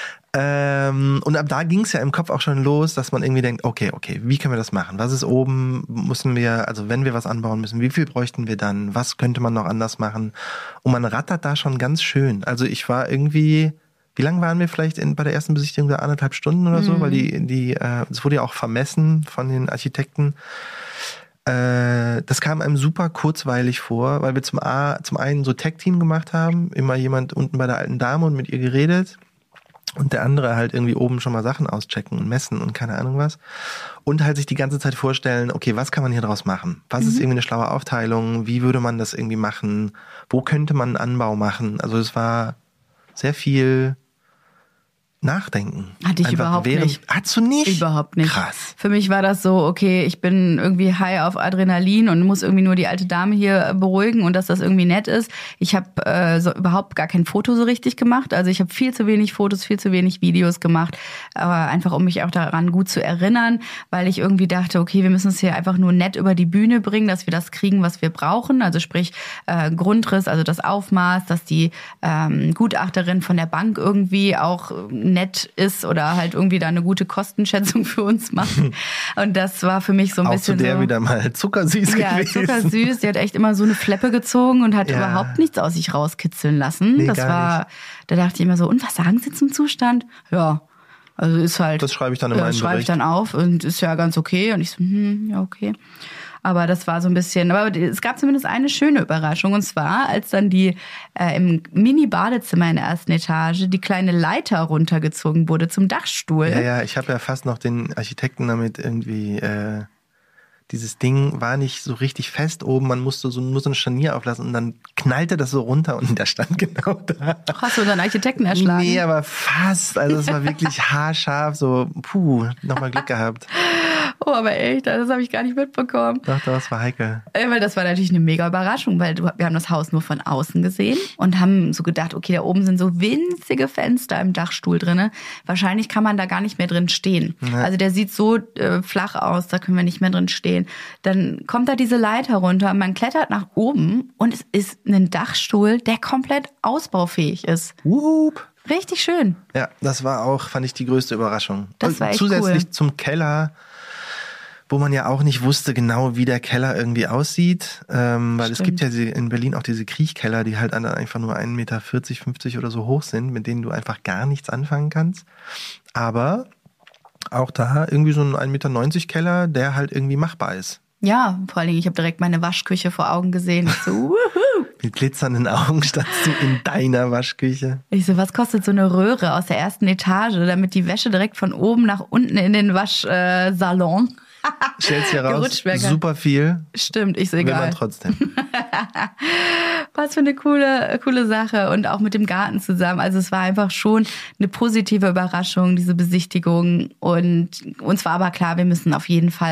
Ähm, und ab da ging es ja im Kopf auch schon los, dass man irgendwie denkt, okay, okay, wie können wir das machen? Was ist oben? Müssen wir, also wenn wir was anbauen müssen, wie viel bräuchten wir dann? Was könnte man noch anders machen? Und man rattert da schon ganz schön. Also ich war irgendwie, wie lange waren wir vielleicht in, bei der ersten Besichtigung? Da anderthalb Stunden oder so, mhm. weil die, die, äh, es wurde ja auch vermessen von den Architekten. Äh, das kam einem super kurzweilig vor, weil wir zum, A, zum einen so Tech-Team gemacht haben, immer jemand unten bei der alten Dame und mit ihr geredet. Und der andere halt irgendwie oben schon mal Sachen auschecken und messen und keine Ahnung was. Und halt sich die ganze Zeit vorstellen, okay, was kann man hier draus machen? Was mhm. ist irgendwie eine schlaue Aufteilung? Wie würde man das irgendwie machen? Wo könnte man einen Anbau machen? Also es war sehr viel Nachdenken. Hatte ich Einfach überhaupt während, nicht. Hattest du nicht? Überhaupt nicht. Krass. Für mich war das so, okay, ich bin irgendwie high auf Adrenalin und muss irgendwie nur die alte Dame hier beruhigen und dass das irgendwie nett ist. Ich habe äh, so überhaupt gar kein Foto so richtig gemacht. Also ich habe viel zu wenig Fotos, viel zu wenig Videos gemacht. Aber einfach, um mich auch daran gut zu erinnern, weil ich irgendwie dachte, okay, wir müssen es hier einfach nur nett über die Bühne bringen, dass wir das kriegen, was wir brauchen. Also sprich äh, Grundriss, also das Aufmaß, dass die ähm, Gutachterin von der Bank irgendwie auch nett ist oder halt irgendwie da eine gute Kostenschätzung für uns machen. Und das war für mich so ein auch bisschen zu der so, wieder mal zuckersüß ja, gewesen. Ja, zuckersüß. Die hat echt immer so eine Fleppe gezogen und hat ja. überhaupt nichts aus sich rauskitzeln lassen. Nee, das war, nicht. Da dachte ich immer so, und was sagen Sie zum Zustand? Ja, also ist halt. Das schreibe ich dann in ja, meinen Das schreibe Bericht. ich dann auf und ist ja ganz okay. Und ich so, hm, ja, okay. Aber das war so ein bisschen, aber es gab zumindest eine schöne Überraschung. Und zwar, als dann die äh, im Mini-Badezimmer in der ersten Etage die kleine Leiter runtergezogen wurde zum Dachstuhl. Ja, ja, ich habe ja fast noch den Architekten damit irgendwie, äh, dieses Ding war nicht so richtig fest oben, man musste so, nur so ein Scharnier auflassen und dann knallte das so runter und der stand genau da. Ach, hast du unseren Architekten erschlagen? Nee, aber fast. Also es war wirklich haarscharf, so puh, nochmal Glück gehabt. Oh, aber echt, das habe ich gar nicht mitbekommen. Doch, doch, das war heikel. Weil das war natürlich eine mega Überraschung, weil wir haben das Haus nur von außen gesehen und haben so gedacht, okay, da oben sind so winzige Fenster im Dachstuhl drinne. Wahrscheinlich kann man da gar nicht mehr drin stehen. Ja. Also der sieht so äh, flach aus, da können wir nicht mehr drin stehen. Dann kommt da diese Leiter runter und man klettert nach oben und es ist ein Dachstuhl, der komplett ausbaufähig ist. Wup. Richtig schön. Ja, das war auch, fand ich, die größte Überraschung. Das und war echt zusätzlich cool. zum Keller, wo man ja auch nicht wusste genau, wie der Keller irgendwie aussieht, ähm, weil Stimmt. es gibt ja diese, in Berlin auch diese Kriechkeller, die halt einfach nur ein Meter vierzig, fünfzig oder so hoch sind, mit denen du einfach gar nichts anfangen kannst. Aber auch da irgendwie so ein ein Meter neunzig Keller, der halt irgendwie machbar ist. Ja, vor allen Dingen, ich habe direkt meine Waschküche vor Augen gesehen. Ich so, wuhu. Mit glitzernden Augen standst du in deiner Waschküche. Ich so, was kostet so eine Röhre aus der ersten Etage, damit die Wäsche direkt von oben nach unten in den Waschsalon stellst hier raus, super viel. Stimmt, ich so egal. Will man trotzdem. Was für eine coole, coole Sache und auch mit dem Garten zusammen. Also es war einfach schon eine positive Überraschung, diese Besichtigung. Und uns war aber klar, wir müssen auf jeden Fall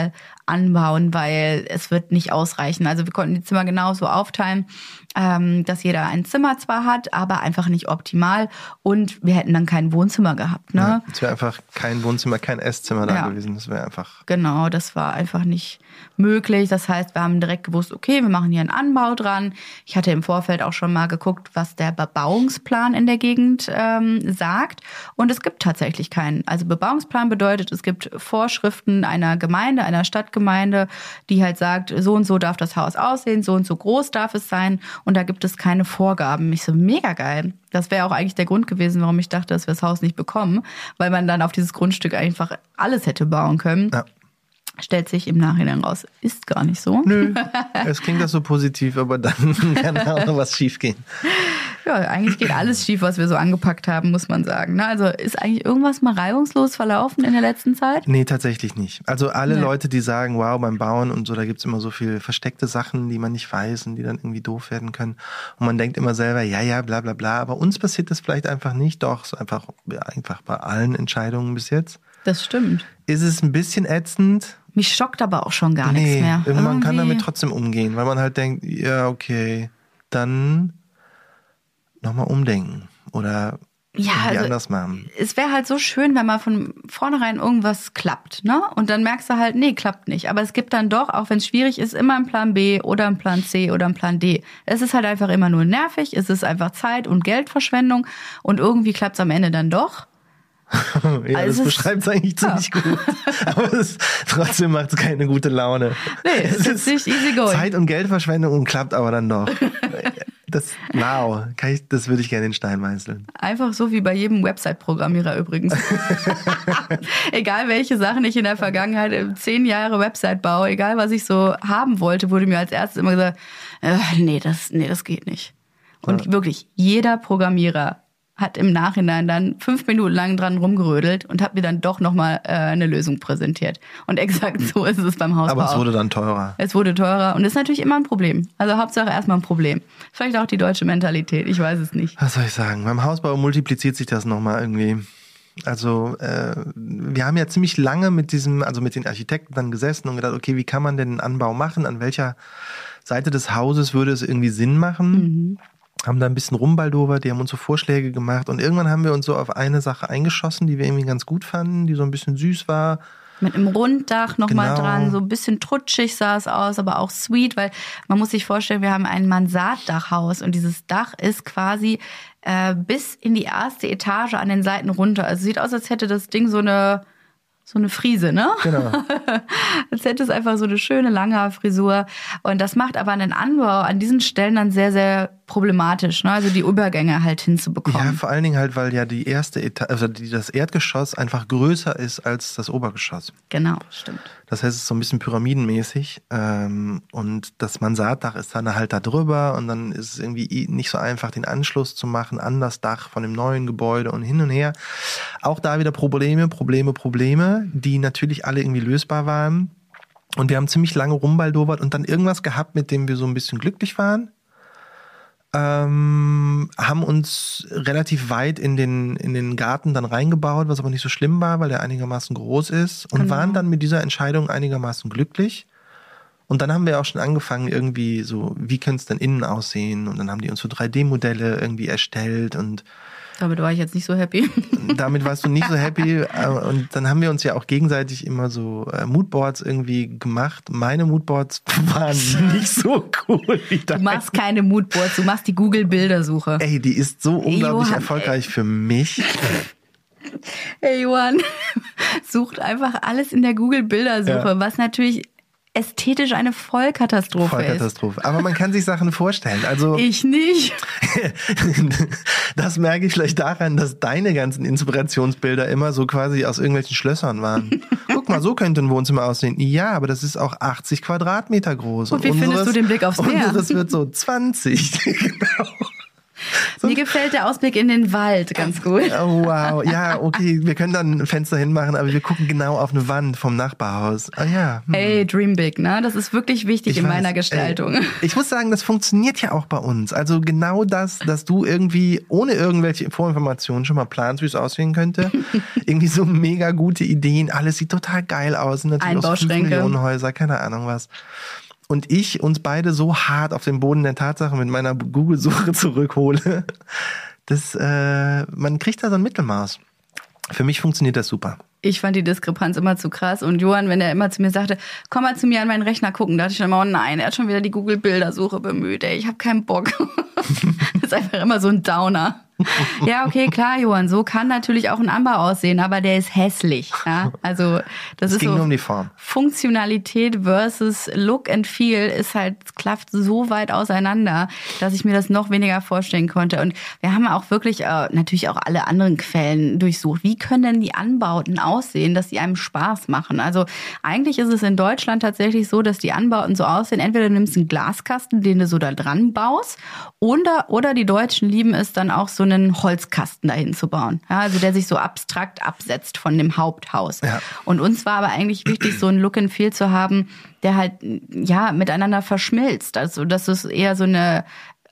anbauen, weil es wird nicht ausreichen. Also wir konnten die Zimmer genauso aufteilen, ähm, dass jeder ein Zimmer zwar hat, aber einfach nicht optimal. Und wir hätten dann kein Wohnzimmer gehabt. Ne? Ja, es wäre einfach kein Wohnzimmer, kein Esszimmer da ja. gewesen. Das wäre einfach... Genau, das war einfach nicht möglich. Das heißt, wir haben direkt gewusst, okay, wir machen hier einen Anbau dran. Ich hatte im Vorfeld auch schon mal geguckt, was der Bebauungsplan in der Gegend ähm, sagt. Und es gibt tatsächlich keinen. Also Bebauungsplan bedeutet, es gibt Vorschriften einer Gemeinde, einer Stadtgemeinde, die halt sagt, so und so darf das Haus aussehen, so und so groß darf es sein. Und da gibt es keine Vorgaben. Ich so, mega geil. Das wäre auch eigentlich der Grund gewesen, warum ich dachte, dass wir das Haus nicht bekommen, weil man dann auf dieses Grundstück einfach alles hätte bauen können. Ja. Stellt sich im Nachhinein raus, ist gar nicht so. Nö, es klingt das so positiv, aber dann kann auch noch was schief gehen. Ja, eigentlich geht alles schief, was wir so angepackt haben, muss man sagen. Ne? Also ist eigentlich irgendwas mal reibungslos verlaufen in der letzten Zeit? Nee, tatsächlich nicht. Also alle Nee. Leute, die sagen, wow, beim Bauen und so, da gibt's immer so viel versteckte Sachen, die man nicht weiß und die dann irgendwie doof werden können. Und man denkt immer selber, ja, ja, bla bla bla. Aber uns passiert das vielleicht einfach nicht. Doch, so einfach, ja, einfach bei allen Entscheidungen bis jetzt. Das stimmt. Ist es ein bisschen ätzend? Mich schockt aber auch schon gar nee, nichts mehr. Man Irgendwie. kann damit trotzdem umgehen, weil man halt denkt, ja, okay, dann nochmal umdenken oder Ja, irgendwie also anders machen. Es wäre halt so schön, wenn mal von vornherein irgendwas klappt, ne? Und dann merkst du halt, nee, klappt nicht. Aber es gibt dann doch, auch wenn es schwierig ist, immer einen Plan B oder einen Plan C oder einen Plan D. Es ist halt einfach immer nur nervig, es ist einfach Zeit- und Geldverschwendung und irgendwie klappt es am Ende dann doch. Ja, Also das beschreibt es eigentlich ziemlich ja. gut. Aber es, trotzdem macht es keine gute Laune. Nee, es ist nicht easy going. Zeit- und Geldverschwendung und klappt aber dann doch. Das, wow, kann ich, das würde ich gerne in Stein meißeln. Einfach so wie bei jedem Website-Programmierer übrigens. Egal welche Sachen ich in der Vergangenheit, zehn Jahre Website baue, egal was ich so haben wollte, wurde mir als erstes immer gesagt, äh, nee, das, nee, das geht nicht. Und ja. wirklich, jeder Programmierer hat im Nachhinein dann fünf Minuten lang dran rumgerödelt und hat mir dann doch nochmal äh, eine Lösung präsentiert. Und exakt so ist es beim Hausbau. Aber es wurde dann teurer. Es wurde teurer und ist natürlich immer ein Problem. Also Hauptsache erstmal ein Problem. Vielleicht auch die deutsche Mentalität, ich weiß es nicht. Was soll ich sagen? Beim Hausbau multipliziert sich das nochmal irgendwie. Also äh, wir haben ja ziemlich lange mit diesem, also mit den Architekten dann gesessen und gedacht, okay, wie kann man denn einen Anbau machen? An welcher Seite des Hauses würde es irgendwie Sinn machen? Mhm. Haben da ein bisschen rumbaldowert, die haben uns so Vorschläge gemacht und irgendwann haben wir uns so auf eine Sache eingeschossen, die wir irgendwie ganz gut fanden, die so ein bisschen süß war. Mit einem Runddach nochmal Genau. dran, so ein bisschen trutschig sah es aus, aber auch sweet, weil man muss sich vorstellen, wir haben ein Mansarddachhaus und dieses Dach ist quasi äh, bis in die erste Etage an den Seiten runter. Also sieht aus, als hätte das Ding so eine So eine Frise, ne? Genau. Als hätte es einfach so eine schöne, lange Frisur. Und das macht aber einen Anbau an diesen Stellen dann sehr, sehr problematisch, ne? Also die Übergänge halt hinzubekommen. Ja, vor allen Dingen halt, weil ja die erste Etage, also die, das Erdgeschoss einfach größer ist als das Obergeschoss. Genau, stimmt. Das heißt, es ist so ein bisschen pyramidenmäßig. Ähm, und das Mansarddach ist dann halt da drüber und dann ist es irgendwie nicht so einfach, den Anschluss zu machen an das Dach von dem neuen Gebäude und hin und her. Auch da wieder Probleme, Probleme, Probleme, die natürlich alle irgendwie lösbar waren. Und wir haben ziemlich lange rumbaldowert und dann irgendwas gehabt, mit dem wir so ein bisschen glücklich waren. Ähm, haben uns relativ weit in den, in den Garten dann reingebaut, was aber nicht so schlimm war, weil der einigermaßen groß ist. Und genau. waren dann mit dieser Entscheidung einigermaßen glücklich. Und dann haben wir auch schon angefangen irgendwie so, wie könnte es denn innen aussehen? Und dann haben die uns so drei D Modelle irgendwie erstellt und damit war ich jetzt nicht so happy. Damit warst du nicht so happy. Und dann haben wir uns ja auch gegenseitig immer so Moodboards irgendwie gemacht. Meine Moodboards waren nicht so cool wie deine. Du machst keine Moodboards, du machst die Google-Bildersuche. Ey, die ist so unglaublich Johann, erfolgreich ey. für mich. Hey Johann, sucht einfach alles in der Google-Bildersuche, Ja. was natürlich ästhetisch eine Vollkatastrophe, Vollkatastrophe. Aber man kann sich Sachen vorstellen. Also ist. Ich nicht. Das merke ich vielleicht daran, dass deine ganzen Inspirationsbilder immer so quasi aus irgendwelchen Schlössern waren. Guck mal, so könnte ein Wohnzimmer aussehen. Ja, aber das ist auch achtzig Quadratmeter groß. Und wie findest du den Blick aufs Meer? Unseres wird so zwanzig. Genau. So Mir gefällt der Ausblick in den Wald ganz gut. Oh, wow, ja, okay, wir können dann ein Fenster hinmachen, aber wir gucken genau auf eine Wand vom Nachbarhaus. Ah ja. Hm. Ey, dream big, ne? Das ist wirklich wichtig Ich in weiß, meiner Gestaltung. Ey, ich muss sagen, das funktioniert ja auch bei uns. Also genau das, dass du irgendwie ohne irgendwelche Vorinformationen schon mal planst, wie es aussehen könnte. Irgendwie so mega gute Ideen, alles sieht total geil aus. Und natürlich auch fünf Millionen Häuser, keine Ahnung was. Und ich uns beide so hart auf den Boden der Tatsachen mit meiner Google-Suche zurückhole, dass äh, man kriegt da so ein Mittelmaß. Für mich funktioniert das super. Ich fand die Diskrepanz immer zu krass. Und Johann, wenn er immer zu mir sagte, komm mal zu mir an meinen Rechner gucken, dachte ich dann immer, oh nein, er hat schon wieder die Google-Bildersuche bemüht. Ey, ich habe keinen Bock. Das ist einfach immer so ein Downer. Ja, okay, klar, Johann, so kann natürlich auch ein Anbau aussehen, aber der ist hässlich. Ja? Also das es ist ging so nur um die Form. Funktionalität versus Look and Feel ist halt, klafft so weit auseinander, dass ich mir das noch weniger vorstellen konnte. Und wir haben auch wirklich äh, natürlich auch alle anderen Quellen durchsucht. Wie können denn die Anbauten aussehen, dass sie einem Spaß machen? Also eigentlich ist es in Deutschland tatsächlich so, dass die Anbauten so aussehen, entweder du nimmst einen Glaskasten, den du so da dran baust, oder, oder die Deutschen lieben es dann auch so einen Holzkasten dahin zu bauen. Ja, also der sich so abstrakt absetzt von dem Haupthaus. Ja. Und uns war aber eigentlich wichtig, so einen Look and Feel zu haben, der halt ja miteinander verschmilzt. Also dass es eher so eine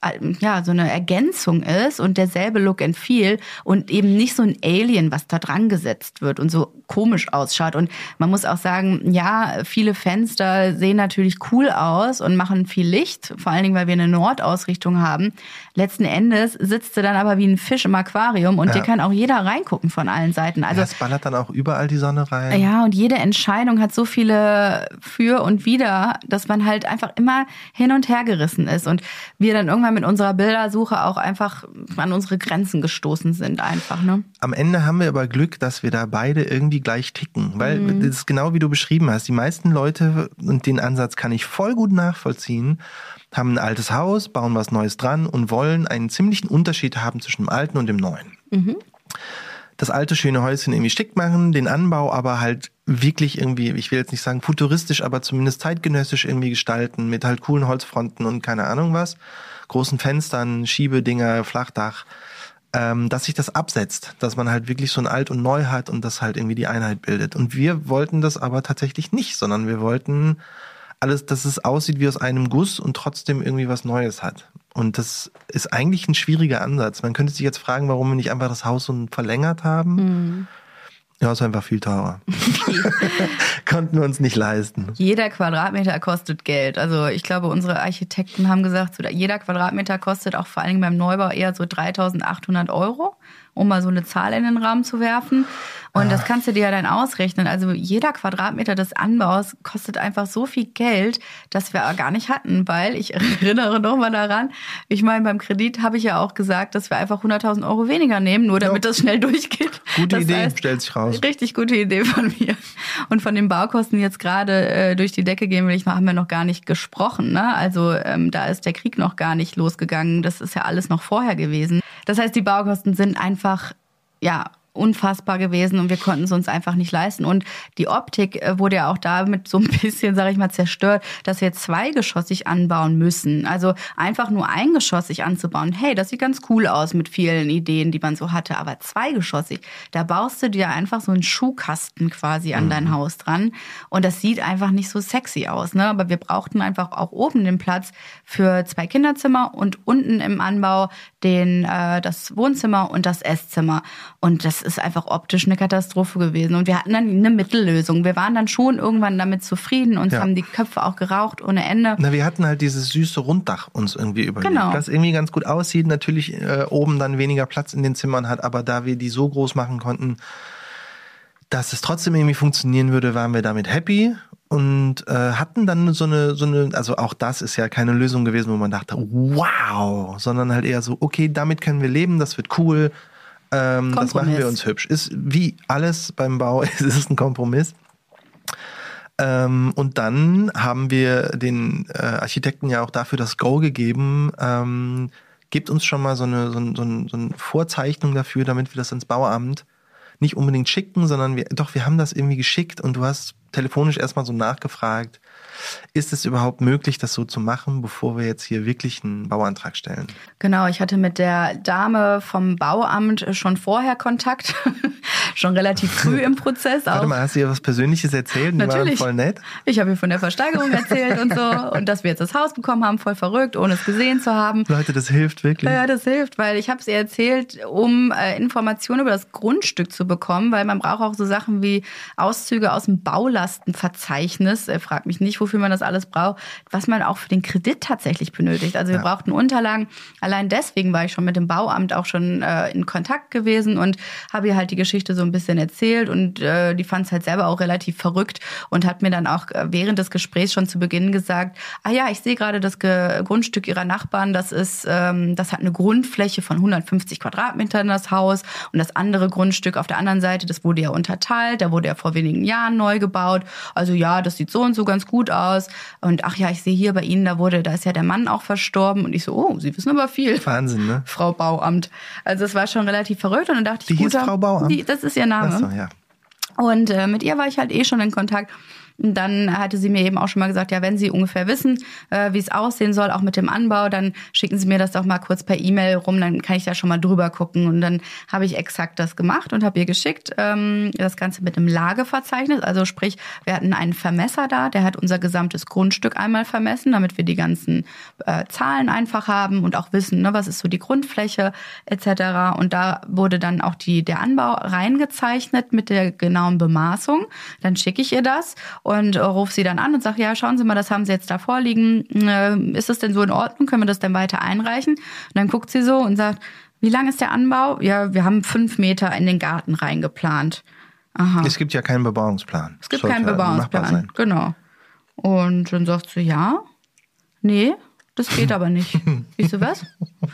ja, so eine Ergänzung ist und derselbe Look and Feel und eben nicht so ein Alien, was da dran gesetzt wird und so komisch ausschaut. Und man muss auch sagen, ja, viele Fenster sehen natürlich cool aus und machen viel Licht, vor allen Dingen, weil wir eine Nordausrichtung haben. Letzten Endes sitzt du dann aber wie ein Fisch im Aquarium und ja. dir kann auch jeder reingucken von allen Seiten. Also ja, es ballert dann auch überall die Sonne rein. Ja, und jede Entscheidung hat so viele Für und Wider, dass man halt einfach immer hin und her gerissen ist und wir dann irgendwann mit unserer Bildersuche auch einfach an unsere Grenzen gestoßen sind einfach, ne? Am Ende haben wir aber Glück, dass wir da beide irgendwie gleich ticken, weil mhm. das ist genau wie du beschrieben hast. Die meisten Leute, und den Ansatz kann ich voll gut nachvollziehen, haben ein altes Haus, bauen was Neues dran und wollen einen ziemlichen Unterschied haben zwischen dem Alten und dem Neuen. Mhm. Das alte schöne Häuschen irgendwie schick machen, den Anbau aber halt wirklich irgendwie, ich will jetzt nicht sagen futuristisch, aber zumindest zeitgenössisch irgendwie gestalten, mit halt coolen Holzfronten und keine Ahnung was, großen Fenstern, Schiebedinger, Flachdach, ähm, dass sich das absetzt, dass man halt wirklich so ein Alt und Neu hat und das halt irgendwie die Einheit bildet. Und wir wollten das aber tatsächlich nicht, sondern wir wollten alles, dass es aussieht wie aus einem Guss und trotzdem irgendwie was Neues hat. Und das ist eigentlich ein schwieriger Ansatz. Man könnte sich jetzt fragen, warum wir nicht einfach das Haus so verlängert haben. Mhm. Ja, ist einfach viel teurer. Konnten wir uns nicht leisten. Jeder Quadratmeter kostet Geld. Also ich glaube, unsere Architekten haben gesagt, so, jeder Quadratmeter kostet auch vor allem beim Neubau eher so dreitausendachthundert Euro, um mal so eine Zahl in den Raum zu werfen. Und das kannst du dir ja dann ausrechnen. Also jeder Quadratmeter des Anbaus kostet einfach so viel Geld, das wir gar nicht hatten. Weil, ich erinnere noch mal daran, ich meine, beim Kredit habe ich ja auch gesagt, dass wir einfach hunderttausend Euro weniger nehmen, nur damit ja. das schnell durchgeht. Gute das Idee, heißt, stellt sich raus. Richtig gute Idee von mir. Und von den Baukosten jetzt gerade äh, durch die Decke gehen will ich noch, haben wir noch gar nicht gesprochen. Ne? Also ähm, da ist der Krieg noch gar nicht losgegangen. Das ist ja alles noch vorher gewesen. Das heißt, die Baukosten sind einfach, ja, unfassbar gewesen und wir konnten es uns einfach nicht leisten. Und die Optik wurde ja auch damit so ein bisschen, sage ich mal, zerstört, dass wir zweigeschossig anbauen müssen. Also einfach nur eingeschossig anzubauen. Hey, das sieht ganz cool aus mit vielen Ideen, die man so hatte. Aber zweigeschossig, da baust du dir einfach so einen Schuhkasten quasi an dein Haus dran. Und das sieht einfach nicht so sexy aus. Ne? Aber wir brauchten einfach auch oben den Platz für zwei Kinderzimmer und unten im Anbau den äh, das Wohnzimmer und das Esszimmer. Und das ist einfach optisch eine Katastrophe gewesen. Und wir hatten dann eine Mittellösung. Wir waren dann schon irgendwann damit zufrieden und ja. haben die Köpfe auch geraucht ohne Ende. Na, wir hatten halt dieses süße Runddach uns irgendwie überlegt, genau. das irgendwie ganz gut aussieht. Natürlich äh, oben dann weniger Platz in den Zimmern hat, aber da wir die so groß machen konnten, dass es trotzdem irgendwie funktionieren würde, waren wir damit happy. Und äh, hatten dann so eine, so eine, also auch das ist ja keine Lösung gewesen, wo man dachte, wow, sondern halt eher so, okay, damit können wir leben, das wird cool, ähm, das machen wir uns hübsch. Ist wie alles beim Bau, ist es ein Kompromiss. Ähm, und dann haben wir den äh, Architekten ja auch dafür das Go gegeben, ähm, gibt uns schon mal so eine, so, so, so eine Vorzeichnung dafür, damit wir das ins Bauamt nicht unbedingt schicken, sondern wir, doch, wir haben das irgendwie geschickt und du hast telefonisch erstmal so nachgefragt, Ist es überhaupt möglich, das so zu machen, bevor wir jetzt hier wirklich einen Bauantrag stellen? Genau, ich hatte mit der Dame vom Bauamt schon vorher Kontakt, schon relativ früh im Prozess. Warte auch. mal, hast du ihr was Persönliches erzählt? Die Natürlich. waren voll nett? Ich habe ihr von der Versteigerung erzählt und so und dass wir jetzt das Haus bekommen haben, voll verrückt, ohne es gesehen zu haben. Leute, das hilft wirklich. Ja, das hilft, weil ich habe es ihr erzählt, um äh, Informationen über das Grundstück zu bekommen, weil man braucht auch so Sachen wie Auszüge aus dem Baulastenverzeichnis. Er fragt mich nicht, wofür man das alles braucht, was man auch für den Kredit tatsächlich benötigt. Also wir ja. brauchten Unterlagen. Allein deswegen war ich schon mit dem Bauamt auch schon äh, in Kontakt gewesen und habe ihr halt die Geschichte so ein bisschen erzählt und äh, die fand es halt selber auch relativ verrückt und hat mir dann auch äh, während des Gesprächs schon zu Beginn gesagt, ah ja, ich sehe gerade das Ge- Grundstück ihrer Nachbarn, das ist, ähm, das hat eine Grundfläche von hundertfünfzig Quadratmetern, das Haus, und das andere Grundstück auf der anderen Seite, das wurde ja unterteilt, da wurde ja vor wenigen Jahren neu gebaut. Also ja, das sieht so und so ganz gut aus. Und ach ja, ich sehe hier bei Ihnen, da wurde, da ist ja der Mann auch verstorben. Und ich so, oh, Sie wissen aber viel. Wahnsinn, ne? Frau Bauamt. Also es war schon relativ verrückt. Und dann dachte die ich, hieß Frau Bauamt? Die, das ist ihr Name. Ach so, ja. Und äh, mit ihr war ich halt eh schon in Kontakt. Und dann hatte sie mir eben auch schon mal gesagt, ja, wenn Sie ungefähr wissen, äh, wie es aussehen soll, auch mit dem Anbau, dann schicken Sie mir das doch mal kurz per E-Mail rum, dann kann ich da schon mal drüber gucken. Und dann habe ich exakt das gemacht und habe ihr geschickt, ähm, das Ganze mit einem Lageverzeichnis. Also sprich, wir hatten einen Vermesser da, der hat unser gesamtes Grundstück einmal vermessen, damit wir die ganzen äh, Zahlen einfach haben und auch wissen, ne, was ist so die Grundfläche et cetera. Und da wurde dann auch die der Anbau reingezeichnet mit der genauen Bemaßung. Dann schicke ich ihr das und rufe sie dann an und sage, ja, schauen Sie mal, das haben Sie jetzt da vorliegen. Ist das denn so in Ordnung? Können wir das denn weiter einreichen? Und dann guckt sie so und sagt, wie lang ist der Anbau? Ja, wir haben fünf Meter in den Garten reingeplant. Aha. Es gibt ja keinen Bebauungsplan. Es gibt Sollte keinen Bebauungsplan, genau. Und dann sagt sie, ja, nee, das geht aber nicht. Ich so, was?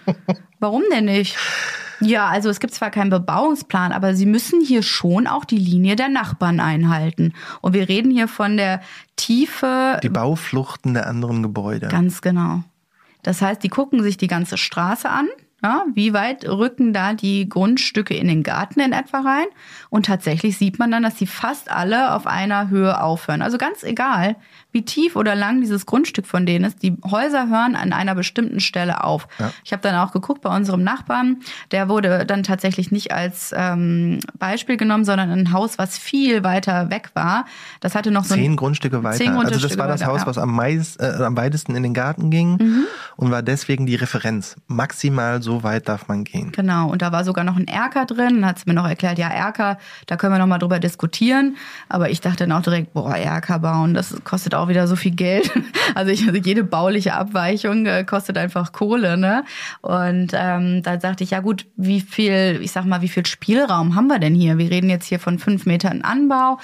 Warum denn nicht? Ja, also es gibt zwar keinen Bebauungsplan, aber Sie müssen hier schon auch die Linie der Nachbarn einhalten. Und wir reden hier von der Tiefe. Die Baufluchten der anderen Gebäude. Ganz genau. Das heißt, die gucken sich die ganze Straße an. Ja, wie weit rücken da die Grundstücke in den Garten in etwa rein? Und tatsächlich sieht man dann, dass die fast alle auf einer Höhe aufhören. Also ganz egal, wie tief oder lang dieses Grundstück von denen ist, die Häuser hören an einer bestimmten Stelle auf. Ja. Ich habe dann auch geguckt bei unserem Nachbarn, der wurde dann tatsächlich nicht als ähm, Beispiel genommen, sondern ein Haus, was viel weiter weg war. Das hatte noch so zehn Grundstücke weiter. Zehn Grundstücke also das war das weiter, Haus, ja. was am, meist, äh, am weitesten in den Garten ging mhm. und war deswegen die Referenz. Maximal so weit darf man gehen. Genau, und da war sogar noch ein Erker drin. Dann hat sie mir noch erklärt, ja, Erker, da können wir noch mal drüber diskutieren. Aber ich dachte dann auch direkt, boah, Erker bauen, das kostet auch wieder so viel Geld. Also, ich, also jede bauliche Abweichung äh, kostet einfach Kohle, ne? Und ähm, da sagte ich, ja gut, wie viel, ich sag mal, wie viel Spielraum haben wir denn hier? Wir reden jetzt hier von fünf Metern Anbau.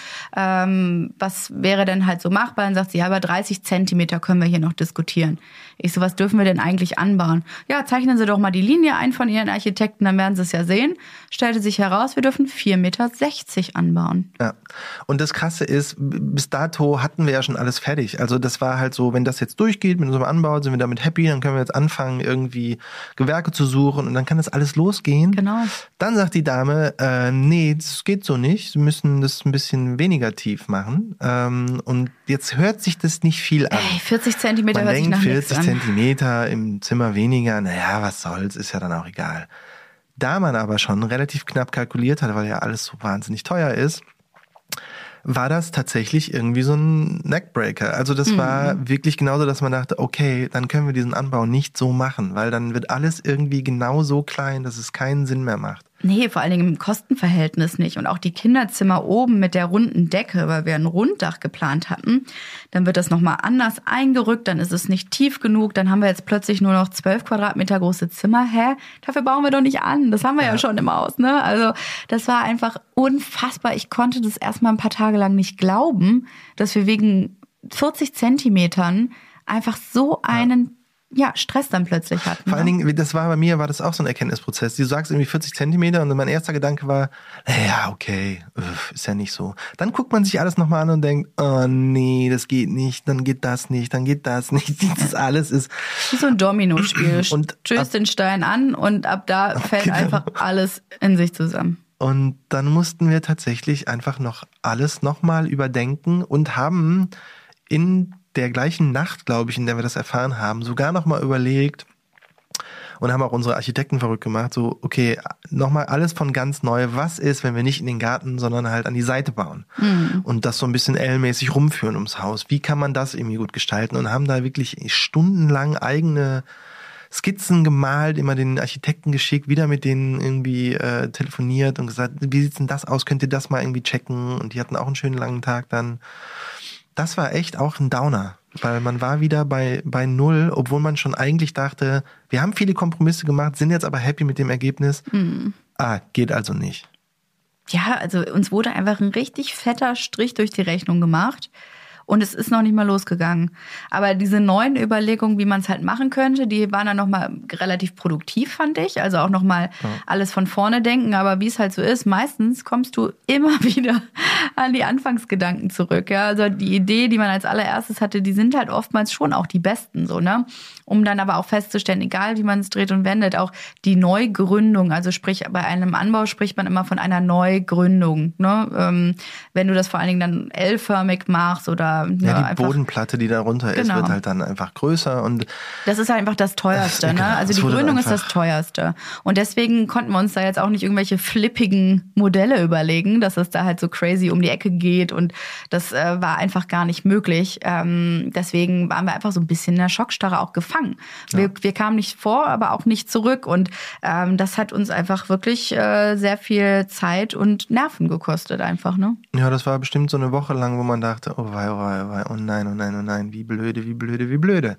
Ähm, was wäre denn halt so machbar? Dann sagt sie, ja, über dreißig Zentimeter können wir hier noch diskutieren. Ich so, was dürfen wir denn eigentlich anbauen? Ja, zeichnen Sie doch mal die Linie ein von Ihren Architekten, dann werden Sie es ja sehen. Stellte sich heraus, wir dürfen vier Meter sechzig anbauen. Ja, und das Krasse ist, bis dato hatten wir ja schon alles fertig. Also das war halt so, wenn das jetzt durchgeht mit unserem Anbau, sind wir damit happy, dann können wir jetzt anfangen, irgendwie Gewerke zu suchen und dann kann das alles losgehen. Genau. Dann sagt die Dame, äh, nee, das geht so nicht. Sie müssen das ein bisschen weniger tief machen. Ähm, und jetzt hört sich das nicht viel an. Ey, vierzig Zentimeter hört sich nach nichts an. Zentimeter im Zimmer weniger, naja, was soll's, ist ja dann auch egal. Da man aber schon relativ knapp kalkuliert hat, weil ja alles so wahnsinnig teuer ist, war das tatsächlich irgendwie so ein Neckbreaker. Also das mhm. war wirklich genauso, dass man dachte, okay, dann können wir diesen Anbau nicht so machen, weil dann wird alles irgendwie genau so klein, dass es keinen Sinn mehr macht. Nee, vor allen Dingen im Kostenverhältnis nicht. Und auch die Kinderzimmer oben mit der runden Decke, weil wir ein Runddach geplant hatten, dann wird das nochmal anders eingerückt, dann ist es nicht tief genug, dann haben wir jetzt plötzlich nur noch zwölf Quadratmeter große Zimmer. Hä? Dafür bauen wir doch nicht an. Das haben wir ja, ja schon im Haus, ne? Also das war einfach unfassbar. Ich konnte das erstmal ein paar Tage lang nicht glauben, dass wir wegen vierzig Zentimetern einfach so einen ja. Ja, Stress dann plötzlich hatten. Vor allen Dingen, das war bei mir, war das auch so ein Erkenntnisprozess. Du sagst irgendwie vierzig Zentimeter und mein erster Gedanke war, naja, okay, ist ja nicht so. Dann guckt man sich alles nochmal an und denkt, oh nee, das geht nicht, dann geht das nicht, dann geht das nicht. Das alles ist... Wie so ein Dominospiel. Und stößt den Stein an und ab da fällt genau. einfach alles in sich zusammen. Und dann mussten wir tatsächlich einfach noch alles nochmal überdenken und haben in der gleichen Nacht, glaube ich, in der wir das erfahren haben, sogar nochmal überlegt und haben auch unsere Architekten verrückt gemacht, so, okay, nochmal alles von ganz neu. Was ist, wenn wir nicht in den Garten, sondern halt an die Seite bauen mhm. und das so ein bisschen L-mäßig rumführen ums Haus? Wie kann man das irgendwie gut gestalten? Und haben da wirklich stundenlang eigene Skizzen gemalt, immer den Architekten geschickt, wieder mit denen irgendwie äh, telefoniert und gesagt, wie sieht's denn das aus? Könnt ihr das mal irgendwie checken? Und die hatten auch einen schönen langen Tag dann. Das war echt auch ein Downer, weil man war wieder bei bei null, obwohl man schon eigentlich dachte, wir haben viele Kompromisse gemacht, sind jetzt aber happy mit dem Ergebnis. Mhm. Ah, geht also nicht. Ja, also uns wurde einfach ein richtig fetter Strich durch die Rechnung gemacht. Und es ist noch nicht mal losgegangen. Aber diese neuen Überlegungen, wie man es halt machen könnte, die waren dann nochmal relativ produktiv, fand ich. Also auch nochmal ja. alles von vorne denken. Aber wie es halt so ist, meistens kommst du immer wieder an die Anfangsgedanken zurück. Ja, also die Idee, die man als allererstes hatte, die sind halt oftmals schon auch die besten, so, ne? Um dann aber auch festzustellen, egal wie man es dreht und wendet, auch die Neugründung, also sprich bei einem Anbau spricht man immer von einer Neugründung, ne? Ähm, wenn du das vor allen Dingen dann L-förmig machst oder ja, ja, die Bodenplatte, die darunter ist, genau. wird halt dann einfach größer und das ist halt einfach das Teuerste, äh, genau, ne? Also die Gründung ist das Teuerste. Und deswegen konnten wir uns da jetzt auch nicht irgendwelche flippigen Modelle überlegen, dass es da halt so crazy um die Ecke geht und das äh, war einfach gar nicht möglich. Ähm, deswegen waren wir einfach so ein bisschen in der Schockstarre auch gefangen. Wir, ja. wir kamen nicht vor, aber auch nicht zurück und ähm, das hat uns einfach wirklich äh, sehr viel Zeit und Nerven gekostet einfach, ne? Ja, das war bestimmt so eine Woche lang, wo man dachte, oh wei, oh wei, oh nein, oh nein, oh nein, wie blöde, wie blöde, wie blöde.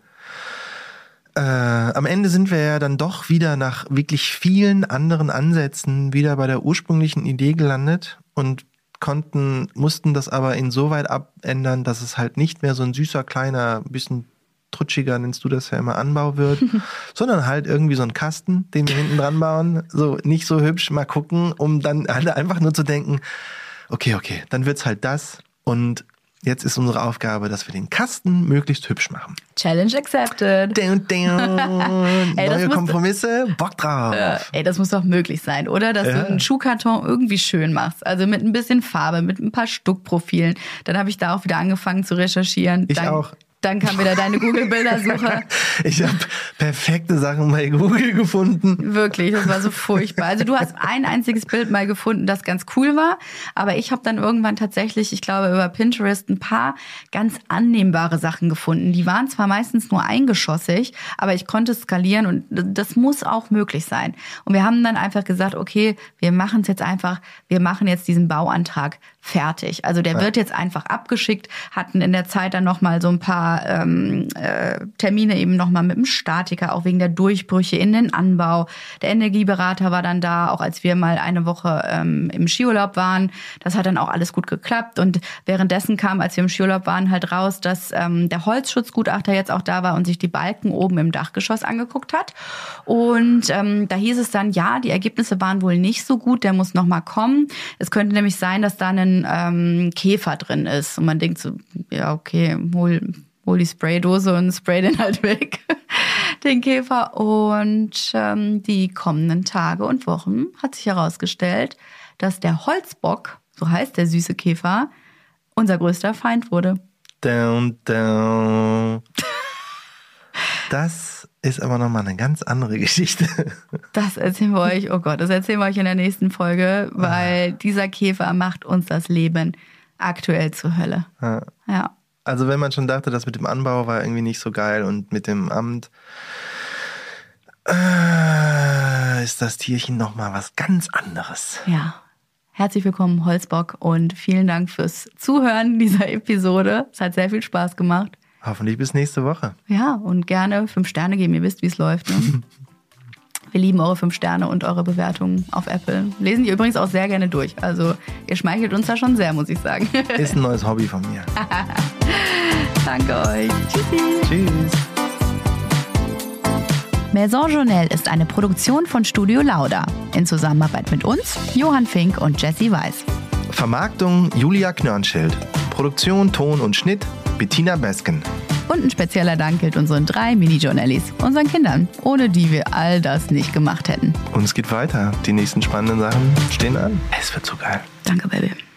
Äh, am Ende sind wir ja dann doch wieder nach wirklich vielen anderen Ansätzen wieder bei der ursprünglichen Idee gelandet und konnten, mussten das aber insoweit abändern, dass es halt nicht mehr so ein süßer, kleiner, bisschen trutschiger, nennst du das ja immer, Anbau wird, sondern halt irgendwie so ein Kasten, den wir hinten dran bauen, so nicht so hübsch, mal gucken, um dann halt einfach nur zu denken, okay, okay, dann wird's halt das und jetzt ist unsere Aufgabe, dass wir den Kasten möglichst hübsch machen. Challenge accepted. Dun, dun. Ey, Neue Kompromisse, muss, Bock drauf. Äh, ey, das muss doch möglich sein, oder? Dass ja. du einen Schuhkarton irgendwie schön machst. Also mit ein bisschen Farbe, mit ein paar Stuckprofilen. Dann habe ich da auch wieder angefangen zu recherchieren. Ich Dann, auch. Dann kam wieder deine Google-Bildersuche. Ich habe perfekte Sachen bei Google gefunden. Wirklich, das war so furchtbar. Also du hast ein einziges Bild mal gefunden, das ganz cool war. Aber ich habe dann irgendwann tatsächlich, ich glaube über Pinterest, ein paar ganz annehmbare Sachen gefunden. Die waren zwar meistens nur eingeschossig, aber ich konnte skalieren und das muss auch möglich sein. Und wir haben dann einfach gesagt, okay, wir machen es jetzt einfach, wir machen jetzt diesen Bauantrag fertig. Also der ja. wird jetzt einfach abgeschickt, hatten in der Zeit dann nochmal so ein paar ähm, äh, Termine eben nochmal mit dem Statiker, auch wegen der Durchbrüche in den Anbau. Der Energieberater war dann da, auch als wir mal eine Woche ähm, im Skiurlaub waren. Das hat dann auch alles gut geklappt und währenddessen kam, als wir im Skiurlaub waren, halt raus, dass ähm, der Holzschutzgutachter jetzt auch da war und sich die Balken oben im Dachgeschoss angeguckt hat. Und ähm, da hieß es dann, ja, die Ergebnisse waren wohl nicht so gut, der muss nochmal kommen. Es könnte nämlich sein, dass da ein ähm, Käfer drin ist. Und man denkt so, ja, okay, hol, hol die Spraydose und spray den halt weg, den Käfer. Und ähm, die kommenden Tage und Wochen hat sich herausgestellt, dass der Holzbock, so heißt der süße Käfer, unser größter Feind wurde. Down, down. Das ist aber nochmal eine ganz andere Geschichte. Das erzählen wir euch, oh Gott, das erzählen wir euch in der nächsten Folge, weil dieser Käfer macht uns das Leben aktuell zur Hölle. Ja. Ja. Also wenn man schon dachte, das mit dem Anbau war irgendwie nicht so geil und mit dem Amt, äh, ist das Tierchen nochmal was ganz anderes. Ja. Herzlich willkommen, Holzbock, und vielen Dank fürs Zuhören dieser Episode. Es hat sehr viel Spaß gemacht. Hoffentlich bis nächste Woche. Ja, und gerne fünf Sterne geben. Ihr wisst, wie es läuft. Ne? Wir lieben eure fünf Sterne und eure Bewertungen auf Apple. Lesen die übrigens auch sehr gerne durch. Also ihr schmeichelt uns da schon sehr, muss ich sagen. Ist ein neues Hobby von mir. Danke euch. Tschüssi. Tschüss. Maison Journelle ist eine Produktion von Studio Lauda. In Zusammenarbeit mit uns, Johann Fink und Jessie Weiß. Vermarktung Julia Knörnschild. Produktion, Ton und Schnitt Bettina Besken. Und ein spezieller Dank gilt unseren drei Mini-Journellis, unseren Kindern, ohne die wir all das nicht gemacht hätten. Und es geht weiter. Die nächsten spannenden Sachen stehen an. Es wird so geil. Danke, Baby.